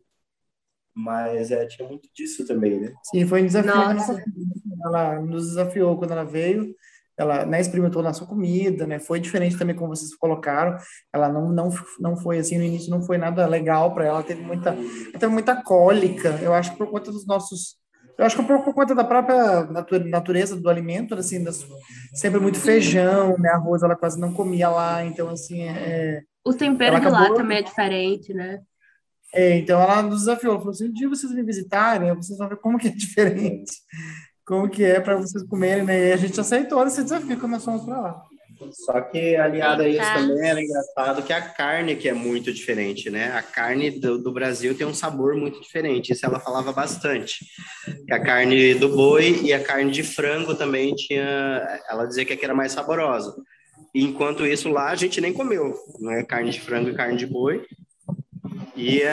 Mas tinha muito disso também, né? Sim, foi um desafio da nossa Nossa, filha. Ela nos desafiou quando ela veio. Ela, né, experimentou nossa comida, né? Foi diferente também como vocês colocaram. Ela não foi assim no início, não foi nada legal para ela. Ela teve muita cólica. Eu acho que por conta dos nossos, eu acho que por conta da própria natureza do alimento, assim, sempre muito feijão, né? Arroz ela quase não comia lá. Então assim, o ela tempero de lá acabou. também é diferente, né? Então ela nos desafiou. Ela falou assim: um dia vocês me visitarem, vocês vão ver como que é diferente, como que é para vocês comerem, né? E a gente aceitou esse desafio quando nós fomos para lá. Só que aliado a isso Eita. também era engraçado que a carne que é muito diferente, né? A carne do Brasil tem um sabor muito diferente. Isso ela falava bastante. Que a carne do boi e a carne de frango também tinha. Ela dizia que era mais saborosa. E enquanto isso lá a gente nem comeu, né? Carne de frango e carne de boi. E,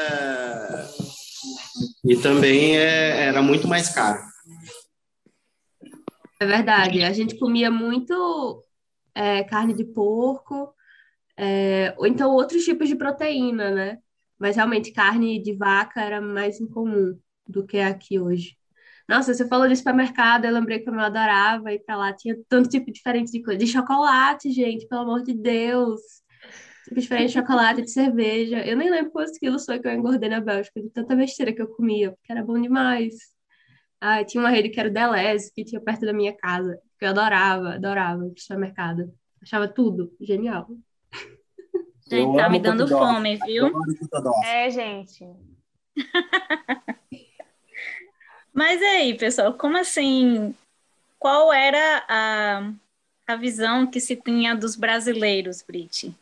e também era muito mais caro. É verdade. A gente comia muito carne de porco, ou então outros tipos de proteína, né? Mas realmente carne de vaca era mais incomum do que aqui hoje. Nossa, você falou de supermercado, eu lembrei como eu adorava ir pra lá. Tinha tanto tipo diferente de coisa. De chocolate, gente, pelo amor de Deus. Tipo diferente de chocolate, de cerveja. Eu nem lembro quantos quilos foi que eu engordei na Bélgica, de tanta besteira que eu comia, porque era bom demais. Ah, tinha uma rede que era o Deleuze, que tinha perto da minha casa, que eu adorava, adorava ir pro supermercado. Achava tudo genial. Gente, Eu tá me amo dando Cotodoc, fome, viu? adoro Cotodoc. Gente. Mas e aí, pessoal, como assim? Qual era a visão que se tinha dos brasileiros, Brit?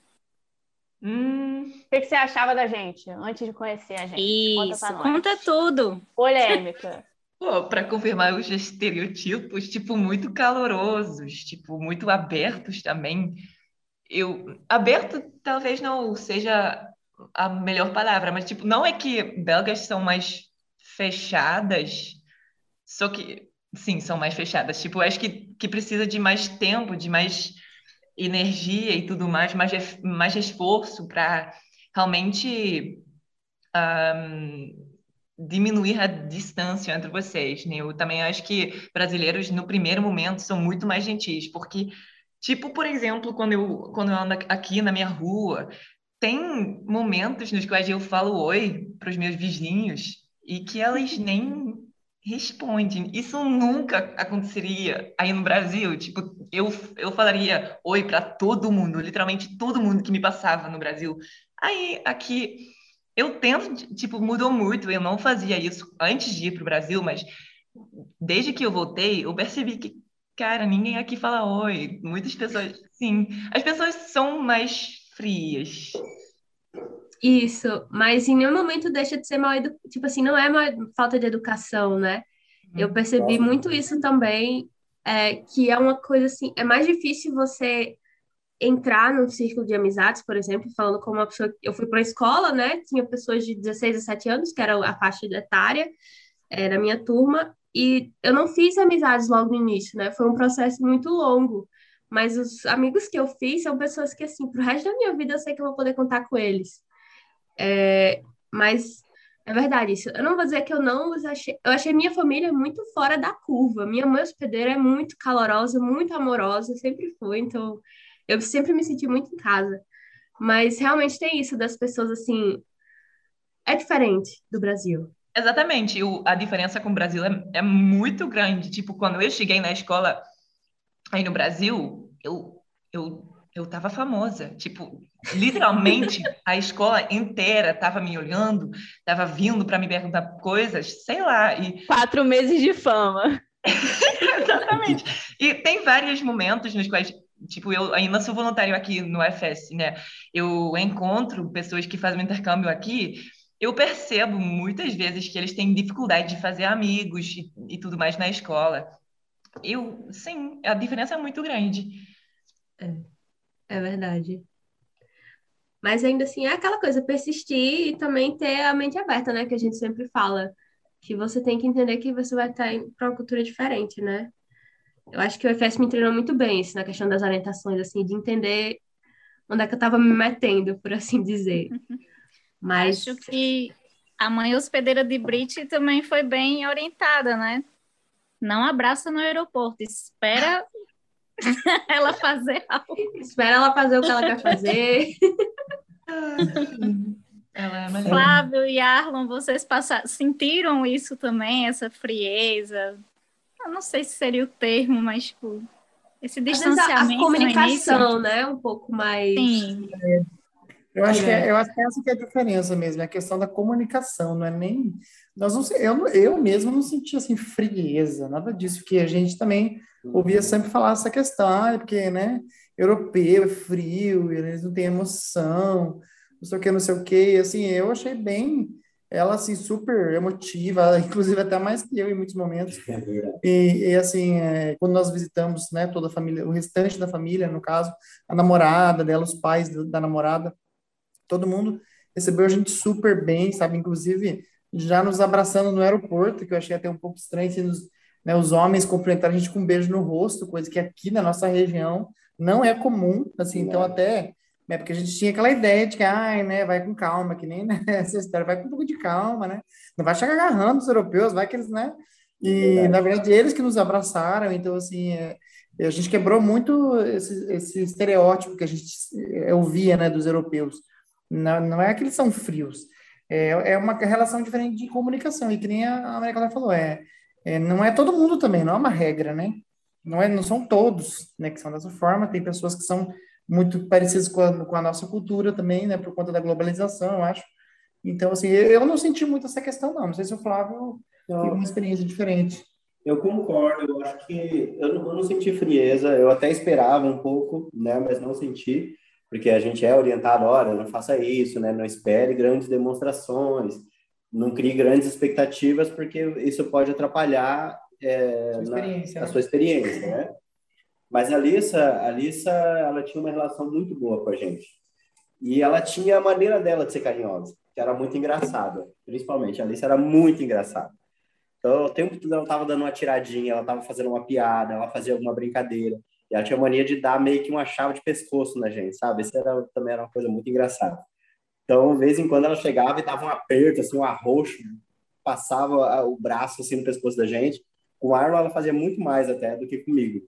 Hum, O que você achava da gente antes de conhecer a gente? Conta pra Isso, nós. conta tudo. Polêmica. Pô, para confirmar os estereotipos, tipo, muito calorosos, tipo, muito abertos também. Aberto talvez não seja a melhor palavra, mas, tipo, não é que belgas são mais fechadas, só que, sim, são mais fechadas. Tipo, acho que precisa de mais tempo, de mais energia e tudo mais, mais esforço para realmente diminuir a distância entre vocês, né? Eu também acho que brasileiros, no primeiro momento, são muito mais gentis, porque, tipo, por exemplo, quando eu ando aqui na minha rua, tem momentos nos quais eu falo oi para os meus vizinhos e que elas nem respondem. Isso nunca aconteceria aí no Brasil. Tipo, eu falaria oi para todo mundo, literalmente todo mundo que me passava no Brasil. Aí, aqui, eu tento, tipo, mudou muito. Eu não fazia isso antes de ir para o Brasil, mas desde que eu voltei, eu percebi que, cara, ninguém aqui fala oi. Muitas pessoas, sim, as pessoas são mais frias. Isso, mas em nenhum momento deixa de ser tipo assim, não é falta de educação, né? Eu percebi Nossa, muito isso também, que é uma coisa assim, é mais difícil você entrar num círculo de amizades, por exemplo, falando como uma pessoa, eu fui para a escola, né? Tinha pessoas de 16 a 17 anos, que era a faixa etária, da minha turma, e eu não fiz amizades logo no início, né? Foi um processo muito longo, mas os amigos que eu fiz são pessoas que, assim, pro resto da minha vida eu sei que eu vou poder contar com eles. Mas é verdade isso. Eu não vou dizer que eu não os achei. Eu achei minha família muito fora da curva. Minha mãe hospedeira é muito calorosa, muito amorosa, sempre foi. Então, eu sempre me senti muito em casa. Mas realmente tem isso das pessoas assim. É diferente do Brasil. Exatamente, a diferença com o Brasil é muito grande. Tipo, quando eu cheguei na escola aí no Brasil, eu tava famosa. Tipo, literalmente, a escola inteira tava me olhando, tava vindo para me perguntar coisas, sei lá. 4 meses de fama. Exatamente. E tem vários momentos nos quais, tipo, eu ainda sou voluntário aqui no FS, né? Eu encontro pessoas que fazem um intercâmbio aqui, eu percebo muitas vezes que eles têm dificuldade de fazer amigos e tudo mais na escola. Sim, a diferença é muito grande. É verdade. Mas ainda assim é aquela coisa, persistir e também ter a mente aberta, né? Que a gente sempre fala. Que você tem que entender que você vai estar para uma cultura diferente, né? Eu acho que o EFS me treinou muito bem isso, na questão das orientações, assim, de entender onde é que eu estava me metendo, por assim dizer. Mas Acho que a mãe hospedeira de Brit também foi bem orientada, né? Não abraça no aeroporto, espera ela fazer algo. espera ela fazer o que ela quer fazer. Ela é melhor. Flávio e Arlon, vocês sentiram isso também, essa frieza? Eu não sei se seria o termo, mas tipo, esse Às vezes distanciamento a comunicação, no início. né? Um pouco mais Sim, direta. Eu acho que essa que é a diferença mesmo, é a questão da comunicação, não é nem nós não, eu mesmo não senti assim frieza, nada disso, que a gente também ouvia sempre falar essa questão, é porque, né, europeu é frio, eles não têm emoção, não sei o quê, e, assim, eu achei bem ela assim super emotiva, inclusive até mais que eu em muitos momentos. Assim, quando nós visitamos, né, toda a família, o restante da família, no caso, a namorada dela, os pais da namorada, todo mundo recebeu a gente super bem, sabe? Inclusive, já nos abraçando no aeroporto, que eu achei até um pouco estranho, assim, né, os homens cumprimentarem a gente com um beijo no rosto, coisa que aqui na nossa região não é comum, assim, então até, né, porque a gente tinha aquela ideia de que, ai, né, vai com calma, que nem, né, essa história, vai com um pouco de calma, né? Não vai chegar agarrando os europeus, vai que eles, né? E, na verdade, eles que nos abraçaram, então, assim, a gente quebrou muito esse estereótipo que a gente ouvia, né, dos europeus. Não é que eles são frios, é uma relação diferente de comunicação, e que nem a Maria Clara falou, não é todo mundo também, não é uma regra, né? Não são todos, né, que são dessa forma, tem pessoas que são muito parecidas com a nossa cultura também, né, por conta da globalização, eu acho. Então, assim, eu não senti muito essa questão, não sei se o Flávio teve uma experiência diferente. Eu concordo, eu acho que eu não senti frieza, eu até esperava um pouco, né, mas não senti, porque a gente é orientado, olha, não faça isso, né, não espere grandes demonstrações, não crie grandes expectativas, porque isso pode atrapalhar a sua experiência, né? Mas a Alissa, ela tinha uma relação muito boa com a gente. E ela tinha a maneira dela de ser carinhosa, que era muito engraçada, principalmente. A Alissa era muito engraçada. Então, o tempo todo ela estava dando uma tiradinha, ela estava fazendo uma piada, ela fazia alguma brincadeira. E ela tinha mania de dar meio que uma chave de pescoço na gente, sabe? Também era uma coisa muito engraçada. Então, de vez em quando ela chegava e dava um aperto, assim, um arroxo, passava o braço assim no pescoço da gente. Com o Arlo, ela fazia muito mais até do que comigo.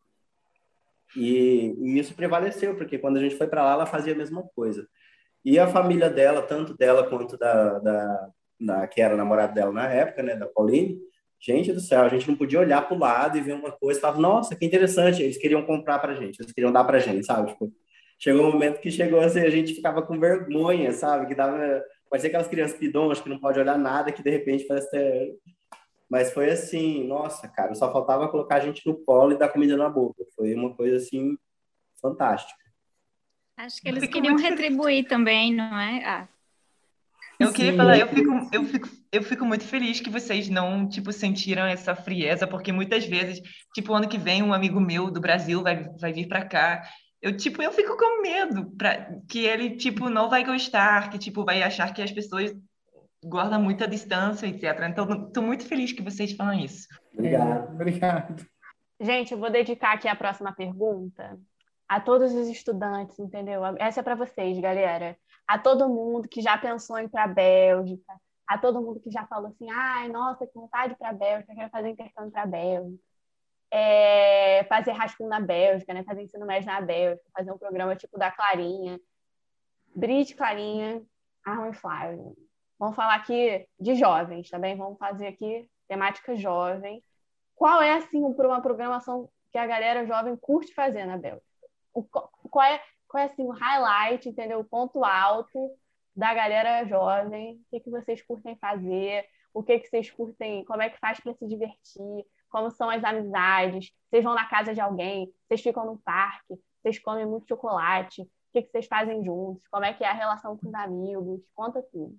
E isso prevaleceu, porque quando a gente foi para lá, ela fazia a mesma coisa. E a família dela, tanto dela quanto da que era a namorada dela na época, né, da Pauline, gente do céu, a gente não podia olhar para o lado e ver uma coisa e falava, nossa, que interessante, eles queriam comprar para a gente, eles queriam dar para a gente, sabe? Tipo, chegou um momento que chegou assim, a gente ficava com vergonha, sabe? Que dava, parecia aquelas crianças pidões que não pode olhar nada, que de repente parece ter... Mas foi assim, nossa, cara, só faltava colocar a gente no colo e dar comida na boca. Foi uma coisa assim fantástica. Acho que eles queriam retribuir também, não é? Eu queria Sim, falar, eu fico muito feliz que vocês não, tipo, sentiram essa frieza, porque muitas vezes, tipo, ano que vem um amigo meu do Brasil vai vir para cá. Eu fico com medo que ele, tipo, não vai gostar, que, tipo, vai achar que as pessoas guardam muita distância, etc. Então, estou muito feliz que vocês falam isso. Obrigado. obrigado. Gente, eu vou dedicar aqui a próxima pergunta a todos os estudantes, entendeu? Essa é para vocês, galera. A todo mundo que já pensou em ir para a Bélgica, a todo mundo que já falou assim, ai, nossa, que vontade de ir para a Bélgica, quero fazer intercâmbio para a Bélgica, fazer high school na Bélgica, né? Fazer ensino médio na Bélgica, fazer um programa tipo da Clarinha. Brit, Clarinha, Arma e Flávio. Vamos falar aqui de jovens, tá bem? Vamos fazer aqui temática jovem. Qual é, assim, uma programação que a galera jovem curte fazer na Bélgica? Qual é assim, o highlight, entendeu? O ponto alto da galera jovem? O que vocês curtem fazer? O que vocês curtem? Como é que faz para se divertir? Como são as amizades? Vocês vão na casa de alguém? Vocês ficam no parque? Vocês comem muito chocolate? O que vocês fazem juntos? Como é que é a relação com os amigos? Conta tudo.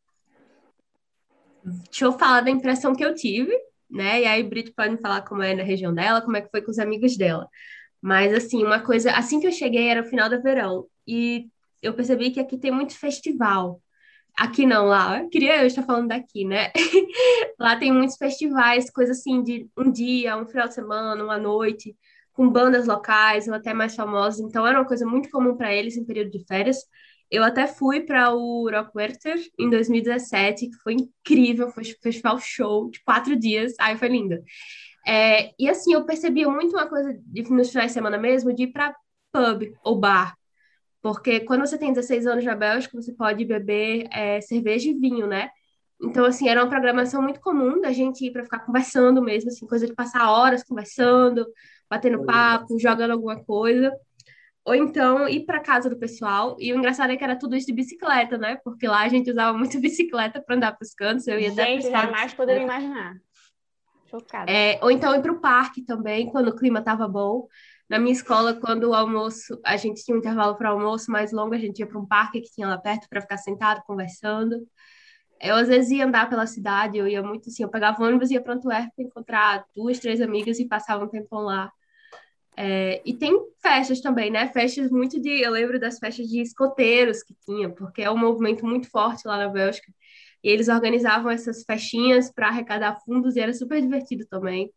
Deixa eu falar da impressão que eu tive, né? E aí, Brit pode me falar como é na região dela, como é que foi com os amigos dela. Mas, assim, uma coisa... Assim que eu cheguei, era o final do verão. E eu percebi que aqui tem muito festival. Aqui não, lá. Eu queria eu estar falando daqui, né? Lá tem muitos festivais, coisa assim, de um dia, um final de semana, uma noite, com bandas locais ou até mais famosas. Então, era uma coisa muito comum para eles em período de férias. Eu até fui para o Rockwerchter em 2017, que foi incrível, foi um festival show de 4 dias. Ai, foi lindo. E assim, eu percebia muito uma coisa nos finais de semana mesmo, de ir para pub ou bar. Porque quando você tem 16 anos na Bélgica, você pode beber cerveja e vinho, né? Então, assim, era uma programação muito comum da gente ir para ficar conversando mesmo, assim, coisa de passar horas conversando, batendo papo, jogando alguma coisa. Ou então ir para casa do pessoal. E o engraçado é que era tudo isso de bicicleta, né? Porque lá a gente usava muito bicicleta para andar para os cantos. Eu ia até Gente, pescar de jamais bicicleta. poderia imaginar. Chocada. Ou então ir para o parque também, quando o clima estava bom. Na minha escola, quando o almoço, a gente tinha um intervalo para almoço mais longo, a gente ia para um parque que tinha lá perto para ficar sentado, conversando. Eu, às vezes, ia andar pela cidade, eu ia muito assim, eu pegava o ônibus, ia para Antuérpia, encontrar 2, 3 amigas e passava um tempão lá. E tem festas também, né? Festas muito de... Eu lembro das festas de escoteiros que tinha, porque é um movimento muito forte lá na Bélgica. E eles organizavam essas festinhas para arrecadar fundos e era super divertido também.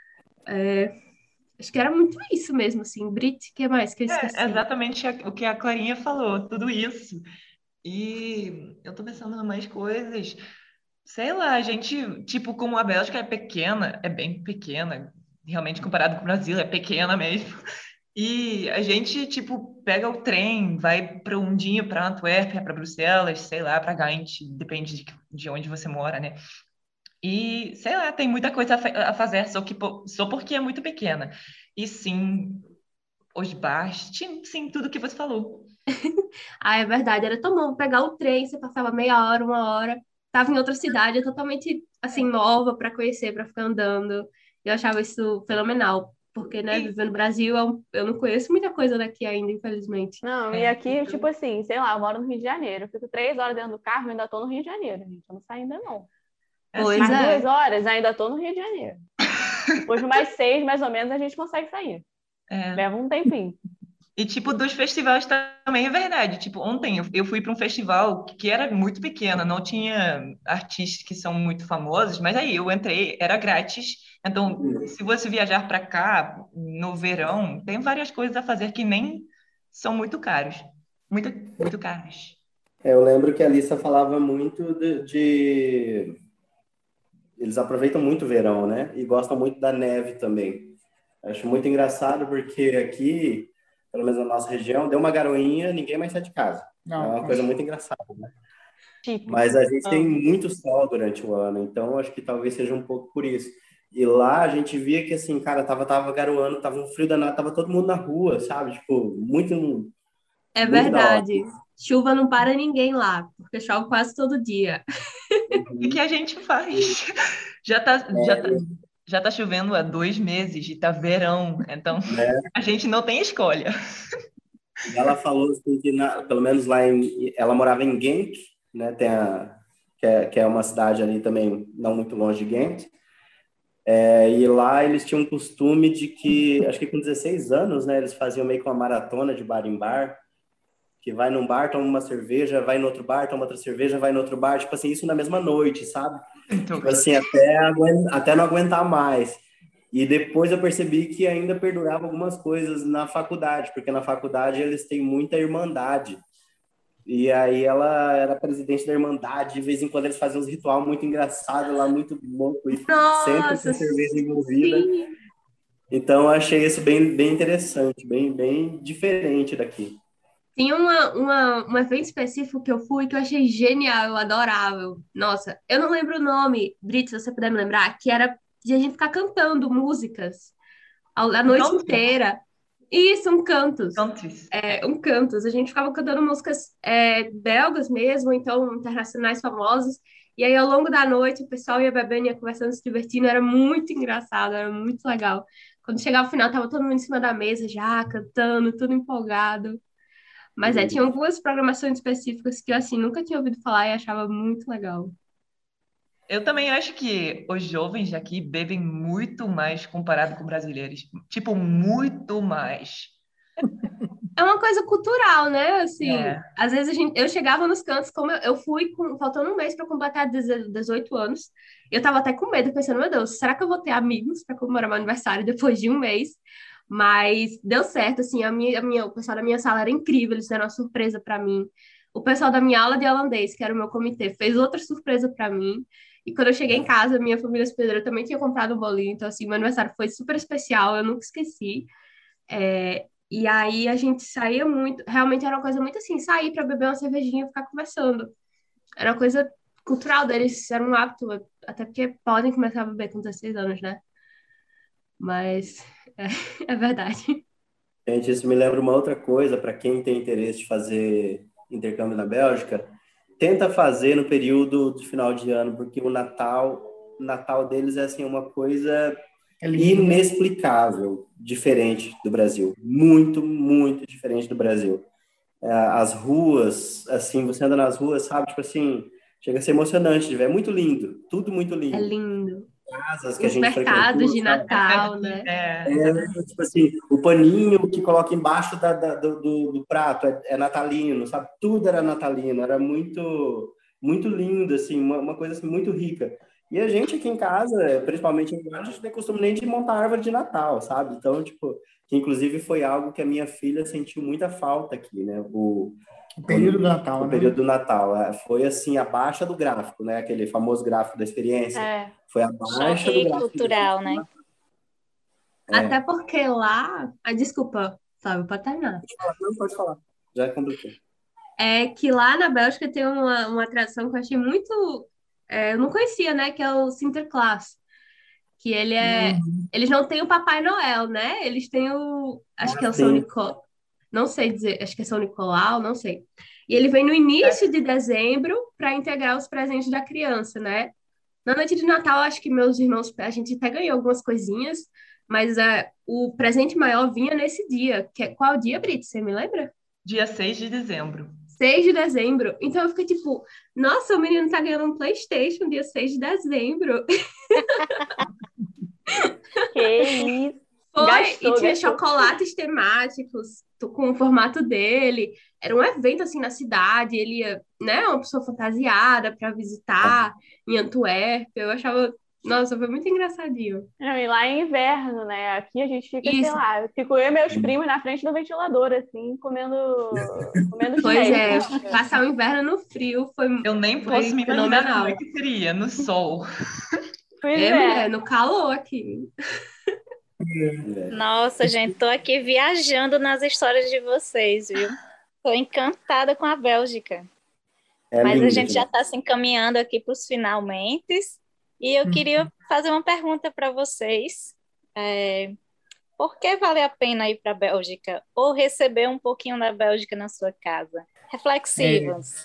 Acho que era muito isso mesmo, assim. Brit, o que mais que eu esqueci? Exatamente o que a Clarinha falou, tudo isso. E eu tô pensando em mais coisas. Sei lá, a gente, tipo, como a Bélgica é pequena, é bem pequena, realmente comparado com o Brasil, é pequena mesmo. E a gente, tipo, pega o trem, vai para um dia para Antuérpia, para Bruxelas, sei lá, para Ghent, depende de onde você mora, né? E, sei lá, tem muita coisa a fazer, só porque é muito pequena. E sim, os bares, sim, tudo que você falou. Ah, é verdade, era tão bom pegar o trem, você passava meia hora, 1 hora, tava em outra cidade, totalmente, assim, nova para conhecer, para ficar andando. Eu achava isso fenomenal, porque, né, E, viver no Brasil, eu não conheço muita coisa daqui ainda, infelizmente. Não, e aqui, tipo assim, sei lá, eu moro no Rio de Janeiro. Eu fico 3 horas dentro do carro e ainda tô no Rio de Janeiro, gente. Eu não saí ainda, não. Pois Mais é. 2 horas, ainda tô no Rio de Janeiro. Depois de mais 6, mais ou menos, a gente consegue sair. Leva um tempinho. E, tipo, dos festivais também é verdade. Tipo, ontem eu fui para um festival que era muito pequeno, não tinha artistas que são muito famosos, mas aí eu entrei, era grátis. Então, se você viajar para cá no verão, tem várias coisas a fazer que nem são muito caros. Muito, muito caros. Eu lembro que a Alissa falava muito Eles aproveitam muito o verão, né? E gostam muito da neve também. Acho muito engraçado porque aqui, pelo menos na nossa região, deu uma garoinha, ninguém mais sai de casa. Não, É uma coisa muito engraçada, né? Tipo, Mas a gente tem muito sol durante o ano, então acho que talvez seja um pouco por isso. E lá a gente via que, assim, cara, tava garoando, tava um frio danado, tava todo mundo na rua, sabe? Tipo, muito É da hora. verdade. Chuva não para ninguém lá, porque chove quase todo dia. O que a gente faz? Já tá, já tá, já tá chovendo há 2 meses e tá verão, então Né? a gente não tem escolha. Ela falou assim que, pelo menos ela morava em Genk, né? Que é uma cidade ali também não muito longe de Ghent. E lá eles tinham um costume de que, acho que com 16 anos, né, eles faziam meio que uma maratona de bar em bar, que vai num bar, toma uma cerveja, vai no outro bar, toma outra cerveja, vai no outro bar, tipo assim, isso na mesma noite, sabe? Então, Tipo assim, até não aguentar mais. E depois eu percebi que ainda perdurava algumas coisas na faculdade, porque na faculdade eles têm muita irmandade. E aí ela era presidente da Irmandade, de vez em quando eles faziam uns ritual muito engraçado lá, muito louco, e sempre com Nossa, cerveja envolvida. sim! Então eu achei isso bem, bem interessante, bem, bem diferente daqui. Tinha um evento específico que eu fui que eu achei genial, eu adorava. Nossa, eu não lembro o nome, Brito, se você puder me lembrar, que era de a gente ficar cantando músicas a noite Country. inteira. Isso, um cantos. Countries. Um cantos. A gente ficava cantando músicas belgas mesmo, então internacionais famosas. E aí, ao longo da noite, o pessoal ia bebendo, ia conversando, se divertindo. Era muito engraçado, era muito legal. Quando chegava o final, tava todo mundo em cima da mesa já, cantando, tudo empolgado. Mas tinha algumas programações específicas que eu, assim, nunca tinha ouvido falar e achava muito legal. Eu também acho que os jovens aqui bebem muito mais comparado com brasileiros. Tipo, muito mais. É uma coisa cultural, né? Assim, É. às vezes eu chegava nos cantos, como eu fui faltando um mês para completar 18 anos, eu tava até com medo, pensando, meu Deus, será que eu vou ter amigos para comemorar meu aniversário depois de um mês? Mas deu certo, assim, o pessoal da minha sala era incrível, eles fizeram uma surpresa para mim. O pessoal da minha aula de holandês, que era o meu comitê, fez outra surpresa para mim. E quando eu cheguei em casa, minha família hospedeira também tinha comprado um bolinho, então, assim, meu aniversário foi super especial, eu nunca esqueci. E aí a gente saía muito, realmente era uma coisa muito assim, sair para beber uma cervejinha e ficar conversando. Era uma coisa cultural deles, era um hábito, até porque podem começar a beber com 16 anos, né? Mas é, é verdade. Gente, isso me lembra uma outra coisa, para quem tem interesse de fazer intercâmbio na Bélgica, tenta fazer no período de final de ano, porque o Natal deles é assim, uma coisa inexplicável, diferente do Brasil. Muito, muito diferente do Brasil. As ruas, assim, você anda nas ruas, sabe? Tipo assim, chega a ser emocionante de ver. É muito lindo, tudo muito É lindo. lindo. Casas que a Os gente mercados frequentou, de sabe? Natal, né? Tipo assim, o paninho que coloca embaixo do prato é natalino, sabe? Tudo era natalino, era muito, muito lindo, assim, uma coisa assim, muito rica. E a gente aqui em casa, principalmente em Guarulhos, a gente não tem costume nem de montar árvore de Natal, sabe? Então, tipo, que inclusive foi algo que a minha filha sentiu muita falta aqui, né? O período do Natal, o né? período do Natal. Foi assim, abaixo do gráfico, né? Aquele famoso gráfico da experiência. Foi abaixo do Choque gráfico. cultural, né? Até porque lá. Desculpa, Flávio, pode terminar. Não, pode falar. Já completou. É que lá na Bélgica tem uma tradição que eu achei muito. Eu não conhecia, né? Que é o Sinterklaas. Que eles não têm o Papai Noel, né? Eles têm acho que é o São Sim. Nicolau, não sei dizer, acho que é São Nicolau, não sei. E ele vem no início de dezembro para integrar os presentes da criança, né? Na noite de Natal, acho que meus irmãos, a gente até ganhou algumas coisinhas, mas o presente maior vinha nesse dia. Qual dia, Brito? Você me lembra? Dia 6 de dezembro. 6 de dezembro. Então eu fiquei tipo, nossa, o menino tá ganhando um PlayStation dia 6 de dezembro. Que isso. E tinha chocolates temáticos com o formato dele. Era um evento assim na cidade. Ele ia, né, uma pessoa fantasiada para visitar em Antuérpia. Eu achava, nossa, foi muito engraçadinho. E lá é inverno, né? Aqui a gente fica, sei Isso. lá, eu fico eu e meus primos na frente do ventilador, assim, comendo Pois chinês. passar o inverno no frio foi Eu nem posso me imaginar fenomenal. como é que seria no sol. Pois mulher, no calor aqui. Nossa, gente, tô aqui viajando nas histórias de vocês, viu? Tô encantada com a Bélgica. Mas lindo, a gente já né? está se encaminhando aqui para os finalmente. E eu queria fazer uma pergunta para vocês. Por que vale a pena ir para a Bélgica? Ou receber um pouquinho da Bélgica na sua casa? Reflexivos.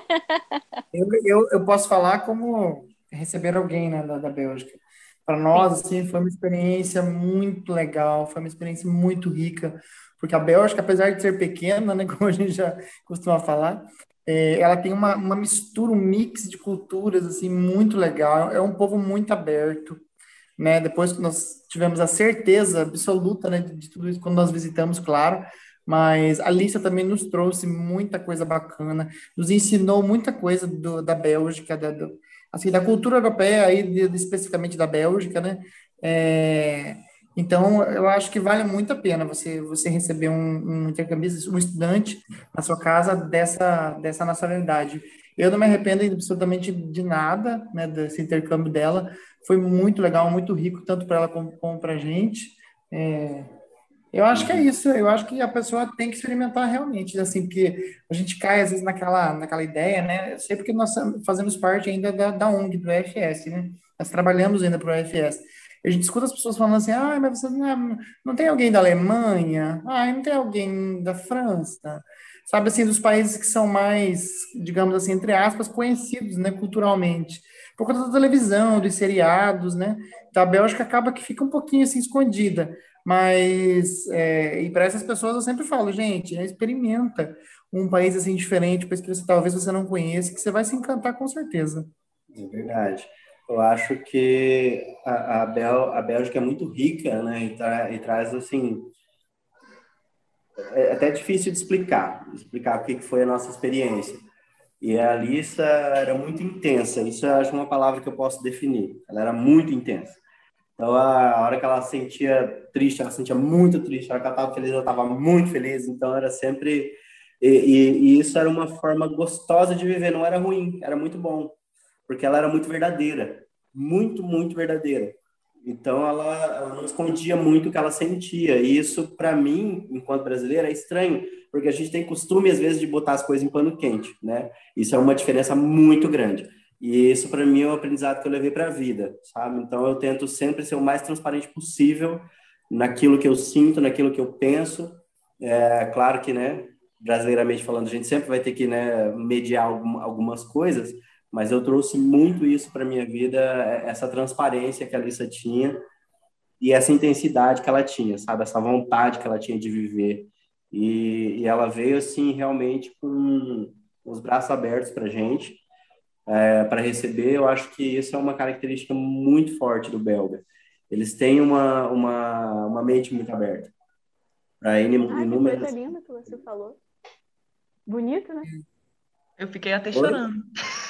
Eu posso falar como receber alguém, né, da Bélgica. Para nós, assim, foi uma experiência muito legal, foi uma experiência muito rica, porque a Bélgica, apesar de ser pequena, né, como a gente já costuma falar, Ela tem uma mistura, um mix de culturas, assim, muito legal. É um povo muito aberto, né? Depois que nós tivemos a certeza absoluta, né, de tudo isso quando nós visitamos, claro, mas a Lícia também nos trouxe muita coisa bacana, nos ensinou muita coisa da Bélgica, assim, da cultura europeia, aí, especificamente da Bélgica, né? É, então, eu acho que vale muito a pena você receber um intercambista, um estudante na sua casa dessa nacionalidade. Eu não me arrependo absolutamente de nada, né, desse intercâmbio dela. Foi muito legal, muito rico, tanto para ela como para a gente. É, eu acho que é Uhum. isso. Eu acho que a pessoa tem que experimentar realmente, assim, porque a gente cai às vezes naquela ideia, né? Eu sei porque nós fazemos parte ainda da ONG, do EFS, né? Nós trabalhamos ainda para o EFS. A gente escuta as pessoas falando assim, ah, mas você não tem alguém da Alemanha? Ah, não tem alguém da França? Sabe, assim, dos países que são mais, digamos assim, entre aspas, conhecidos, né, culturalmente. Por conta da televisão, dos seriados, né? Então, a Bélgica acaba que fica um pouquinho, assim, escondida. Mas, e para essas pessoas eu sempre falo, gente, experimenta um país assim diferente, país que você talvez você não conheça, que você vai se encantar com certeza. É verdade. Eu acho que a Bélgica é muito rica, né? E traz, assim, é até difícil de explicar o que que foi a nossa experiência. E a Alissa era muito intensa, isso eu acho uma palavra que eu posso definir. Ela era muito intensa. Então, a hora que ela sentia triste, ela sentia muito triste. A hora que ela estava feliz, ela estava muito feliz. Então, era sempre. E isso era uma forma gostosa de viver, não era ruim, era muito bom. Porque ela era muito verdadeira. Muito, muito verdadeira. Então, ela não escondia muito o que ela sentia. E isso, para mim, enquanto brasileira, é estranho. Porque a gente tem costume, às vezes, de botar as coisas em pano quente, né? Isso é uma diferença muito grande. E isso, para mim, é um aprendizado que eu levei para a vida, sabe? Então, eu tento sempre ser o mais transparente possível naquilo que eu sinto, naquilo que eu penso. É claro que, né, brasileiramente falando, a gente sempre vai ter que, né, mediar algumas coisas, mas eu trouxe muito isso para minha vida, essa transparência que a Alissa tinha e essa intensidade que ela tinha, sabe? Essa vontade que ela tinha de viver. E ela veio, assim, realmente com os braços abertos para gente para receber. Eu acho que isso é uma característica muito forte do belga. Eles têm uma mente muito aberta para Ai, que coisa inúmeras. linda que você falou. Bonito, né? Eu fiquei até Oi? chorando.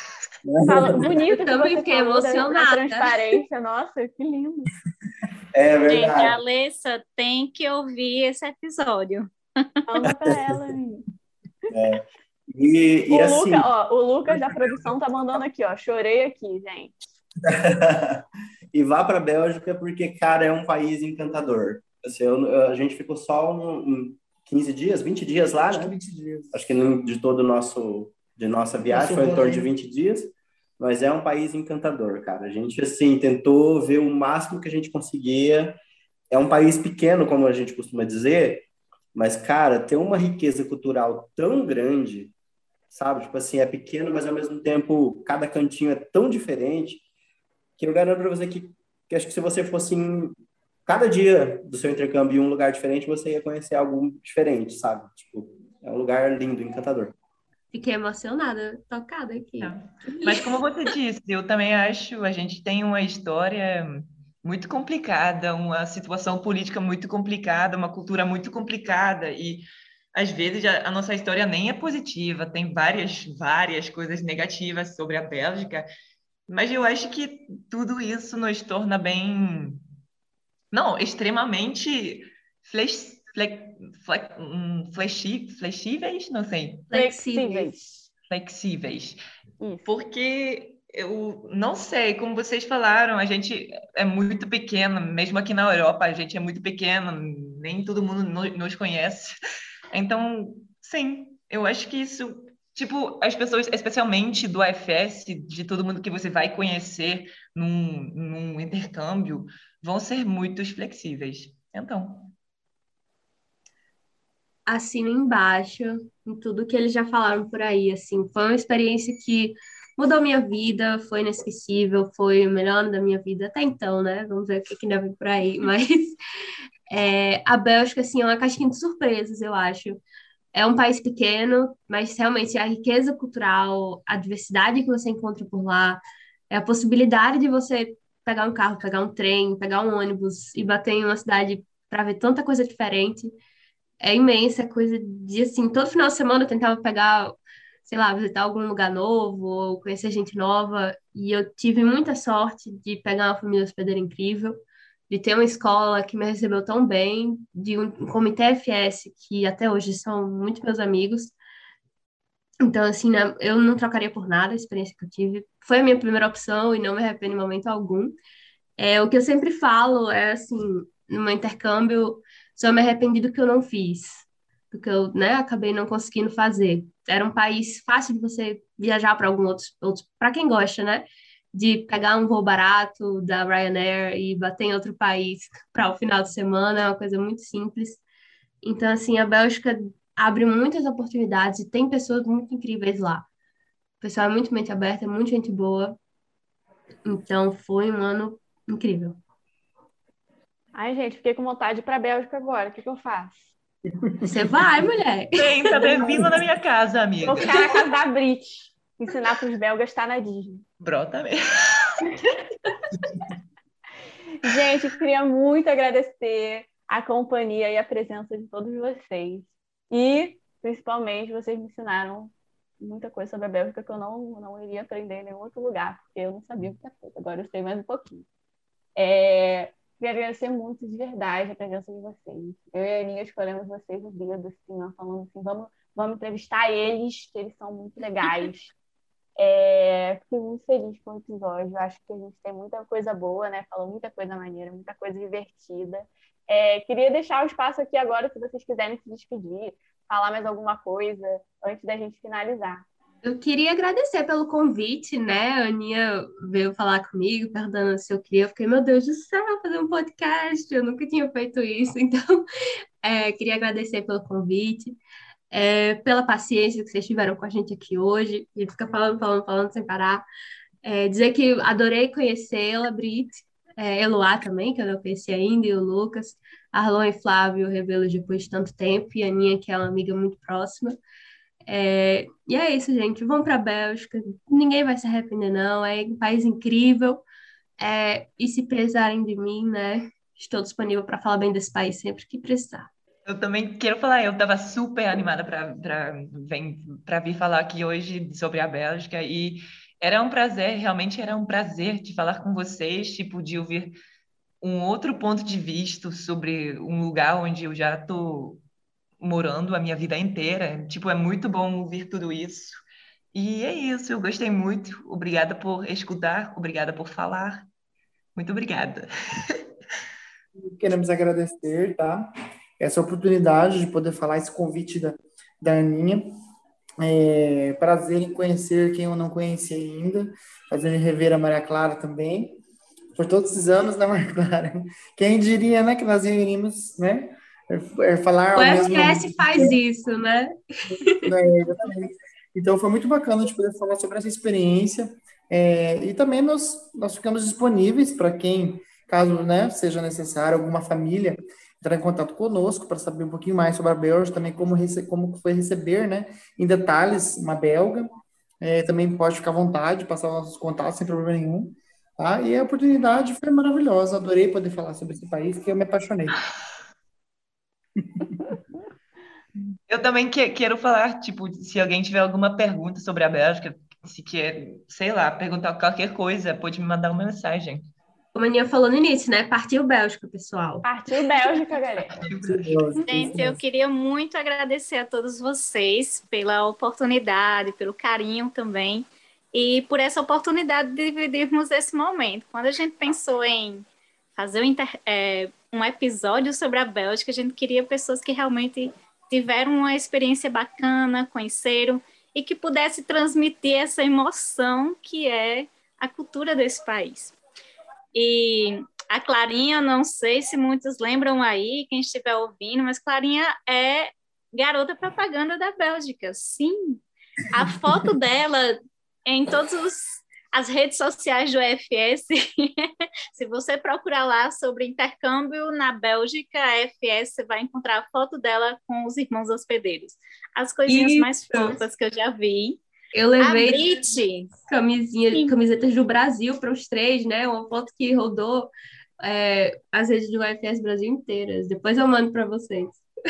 Bonito Eu que também você fiquei falou da emocionada. transparência. Nossa, que lindo. É Gente, a verdade. Alessa tem que ouvir esse episódio. Manda pra ela, hein? E assim, O Lucas da produção tá mandando aqui, ó. Chorei aqui, gente. e vá para a Bélgica porque, cara, é um país encantador. Assim, a gente ficou só 15 dias, 20 dias lá, Acho que né? 20 dias. Acho que de todo de nossa viagem Nosso foi em torno de rolê. 20 dias, mas é um país encantador, cara. A gente, assim, tentou ver o máximo que a gente conseguia. É um país pequeno, como a gente costuma dizer, mas, cara, tem uma riqueza cultural tão grande, sabe? Tipo assim, é pequeno, mas ao mesmo tempo cada cantinho é tão diferente que eu garanto para você que acho que se você fosse em cada dia do seu intercâmbio em um lugar diferente, você ia conhecer algo diferente, sabe? Tipo, é um lugar lindo, encantador. Fiquei emocionada, tocada aqui. Tá. Mas como você disse, eu também acho, a gente tem uma história muito complicada, uma situação política muito complicada, uma cultura muito complicada e às vezes a nossa história nem é positiva, tem várias coisas negativas sobre a Bélgica, mas eu acho que tudo isso nos torna bem, não, extremamente flex, flex, flexíveis, não sei, Flexíveis. flexíveis. Isso. Porque eu não sei, como vocês falaram, a gente é muito pequeno, mesmo aqui na Europa, a gente é muito pequeno, nem todo mundo nos conhece. Então, sim, eu acho que isso, tipo, as pessoas, especialmente do AFS, de todo mundo que você vai conhecer num intercâmbio, vão ser muito flexíveis. Então, Assino embaixo em tudo que eles já falaram por aí, assim, foi uma experiência que mudou minha vida, foi inesquecível, foi o melhor ano da minha vida até então, né? Vamos ver o que ainda vem por aí, mas a Bélgica, assim, é uma caixinha de surpresas, eu acho, É um país pequeno, mas realmente a riqueza cultural, a diversidade que você encontra por lá, é a possibilidade de você pegar um carro, pegar um trem, pegar um ônibus e bater em uma cidade para ver tanta coisa diferente. É imensa, é coisa de assim, todo final de semana eu tentava pegar, sei lá, visitar algum lugar novo ou conhecer gente nova, e eu tive muita sorte de pegar uma família hospedeira incrível, de ter uma escola que me recebeu tão bem, de um comitê FS que até hoje são muito meus amigos. Então, assim, né, eu não trocaria por nada a experiência que eu tive. Foi a minha primeira opção e não me arrependo em momento algum. O que eu sempre falo é assim, no meu intercâmbio, só me arrependi do que eu não fiz, do que eu, né, acabei não conseguindo fazer. Era um país fácil de você viajar para algum outro para quem gosta, né? De pegar um voo barato da Ryanair e bater em outro país para o final de semana, é uma coisa muito simples. Então, assim, a Bélgica abre muitas oportunidades e tem pessoas muito incríveis lá. O pessoal é muito mente aberta, é muito gente boa. Então, foi um ano incrível. Ai, gente, fiquei com vontade de ir pra Bélgica agora. O que eu faço? Você vai, mulher. Tem, tá bem-vindo na minha casa, amiga. Vou ficar na casa da Brit. Ensinar pros belgas estar na Disney. Brota mesmo. Gente, queria muito agradecer a companhia e a presença de todos vocês. E, principalmente, vocês me ensinaram muita coisa sobre a Bélgica que eu não iria aprender em nenhum outro lugar, porque eu não sabia o que é feito. Agora eu sei mais um pouquinho. Queria agradecer muito de verdade a presença de vocês. Eu e a Aninha escolhemos vocês o dedo, assim, ó, falando assim, vamos entrevistar eles, que eles são muito legais. Fiquei muito feliz com o episódio. Acho que a gente tem muita coisa boa, né? Falou muita coisa maneira, muita coisa divertida. Queria deixar o espaço aqui agora, se vocês quiserem se despedir, falar mais alguma coisa antes da gente finalizar. Eu queria agradecer pelo convite, né? A Aninha veio falar comigo, perguntando se eu queria. Eu fiquei, meu Deus do céu, fazer um podcast. Eu nunca tinha feito isso. Então, queria agradecer pelo convite, pela paciência que vocês tiveram com a gente aqui hoje. E fica falando sem parar. Dizer que adorei conhecê-la, Brit. Eloá também, que eu não conheci ainda, e o Lucas. Arlon e Flávio, revê-los depois de tanto tempo. E a Aninha, que é uma amiga muito próxima. E é isso, gente. Vão para a Bélgica. Ninguém vai se arrepender, não. É um país incrível. E se precisarem de mim, né? Estou disponível para falar bem desse país sempre que precisar. Eu também quero falar, eu estava super animada para vir falar aqui hoje sobre a Bélgica e era um prazer, realmente era um prazer de falar com vocês, tipo, de ouvir um outro ponto de vista sobre um lugar onde eu já estou morando a minha vida inteira. Tipo, é muito bom ouvir tudo isso. E é isso, eu gostei muito. Obrigada por escutar, obrigada por falar. Muito obrigada. Queremos agradecer, tá? Essa oportunidade de poder falar, esse convite da Aninha. Prazer em conhecer quem eu não conheci ainda. Prazer em rever a Maria Clara também. Por todos esses anos, né, Maria Clara? Quem diria, né, que nós iríamos, né, falar o ao mesmo FS faz isso, né? Exatamente. Então, foi muito bacana de poder falar sobre essa experiência. E também nós ficamos disponíveis para quem, caso, né, seja necessário, alguma família entrar em contato conosco para saber um pouquinho mais sobre a Bélgica, também como foi receber, né, em detalhes, uma belga. Também pode ficar à vontade, passar os nossos contatos sem problema nenhum. Tá? E a oportunidade foi maravilhosa. Adorei poder falar sobre esse país, que eu me apaixonei. Eu também quero falar, tipo, se alguém tiver alguma pergunta sobre a Bélgica, se quer, sei lá, perguntar qualquer coisa, pode me mandar uma mensagem. Como a Aninha falou no início, né? Partiu Bélgica, pessoal. Partiu Bélgica, galera. Gente, eu queria muito agradecer a todos vocês pela oportunidade, pelo carinho também, e por essa oportunidade de dividirmos esse momento. Quando a gente pensou em fazer um episódio sobre a Bélgica, a gente queria pessoas que realmente tiveram uma experiência bacana, conheceram, e que pudesse transmitir essa emoção que é a cultura desse país. E a Clarinha, não sei se muitos lembram aí, quem estiver ouvindo, mas Clarinha é garota propaganda da Bélgica, sim. A foto dela em todas as redes sociais do EFS, Se você procurar lá sobre intercâmbio na Bélgica, a FS, você vai encontrar a foto dela com os irmãos hospedeiros. As coisinhas mais fofas que eu já vi. Eu levei a Brit, camisetas do Brasil para os três, né? Uma foto que rodou as redes do UFS Brasil inteiras. Depois eu mando para vocês.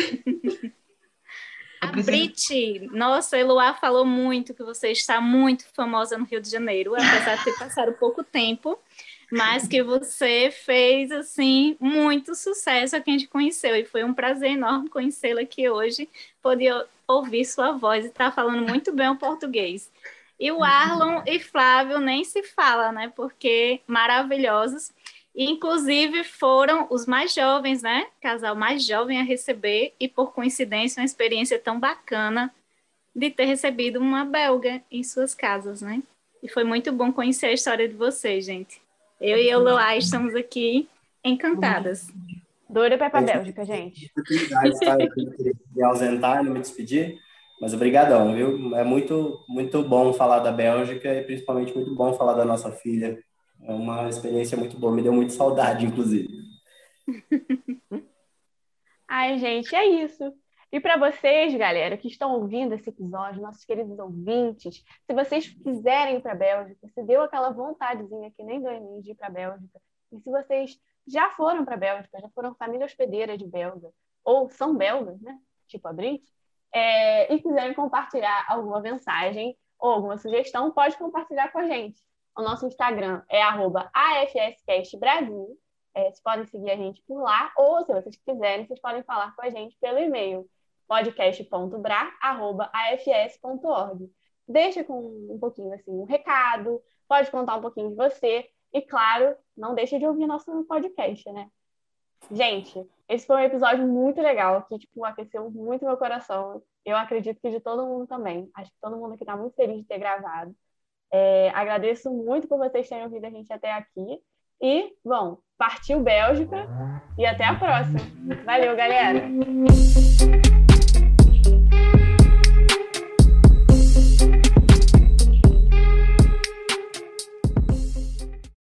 A Brit, nossa, a Eloá falou muito que você está muito famosa no Rio de Janeiro, apesar de ter passado pouco tempo, mas que você fez, assim, muito sucesso a quem te conheceu, e foi um prazer enorme conhecê-la aqui hoje, poder ouvir sua voz e estar falando muito bem o português. E o Arlon e Flávio nem se fala, né, porque maravilhosos. Inclusive foram os mais jovens, né? Casal mais jovem a receber e, por coincidência, uma experiência tão bacana de ter recebido uma belga em suas casas, né? E foi muito bom conhecer a história de vocês, gente. Eu e a Eloá estamos aqui encantadas. Doida para ir para a Bélgica, gente. Me ausentar, não me despedir, mas obrigadão, viu? É muito, muito bom falar da Bélgica e principalmente muito bom falar da nossa filha. É uma experiência muito boa, me deu muita saudade, inclusive. Ai, gente, é isso. E para vocês, galera, que estão ouvindo esse episódio, nossos queridos ouvintes, se vocês quiserem ir para a Bélgica, se deu aquela vontadezinha que nem do Enem de ir para a Bélgica, e se vocês já foram para a Bélgica, já foram família hospedeira de belga, ou são belgas, né? Tipo a Brit, e quiserem compartilhar alguma mensagem ou alguma sugestão, pode compartilhar com a gente. O nosso Instagram é @AFScastBrasil. Vocês podem seguir a gente por lá, ou se vocês quiserem, vocês podem falar com a gente pelo e-mail podcast.bra@afs.org. Deixa com um pouquinho assim, um recado, pode contar um pouquinho de você e, claro, não deixe de ouvir nosso podcast, né? Gente, esse foi um episódio muito legal, que aqueceu muito meu coração. Eu acredito que de todo mundo também. Acho que todo mundo aqui está muito feliz de ter gravado. Agradeço muito por vocês terem ouvido a gente até aqui. E, bom, partiu Bélgica e até a próxima. Valeu, galera!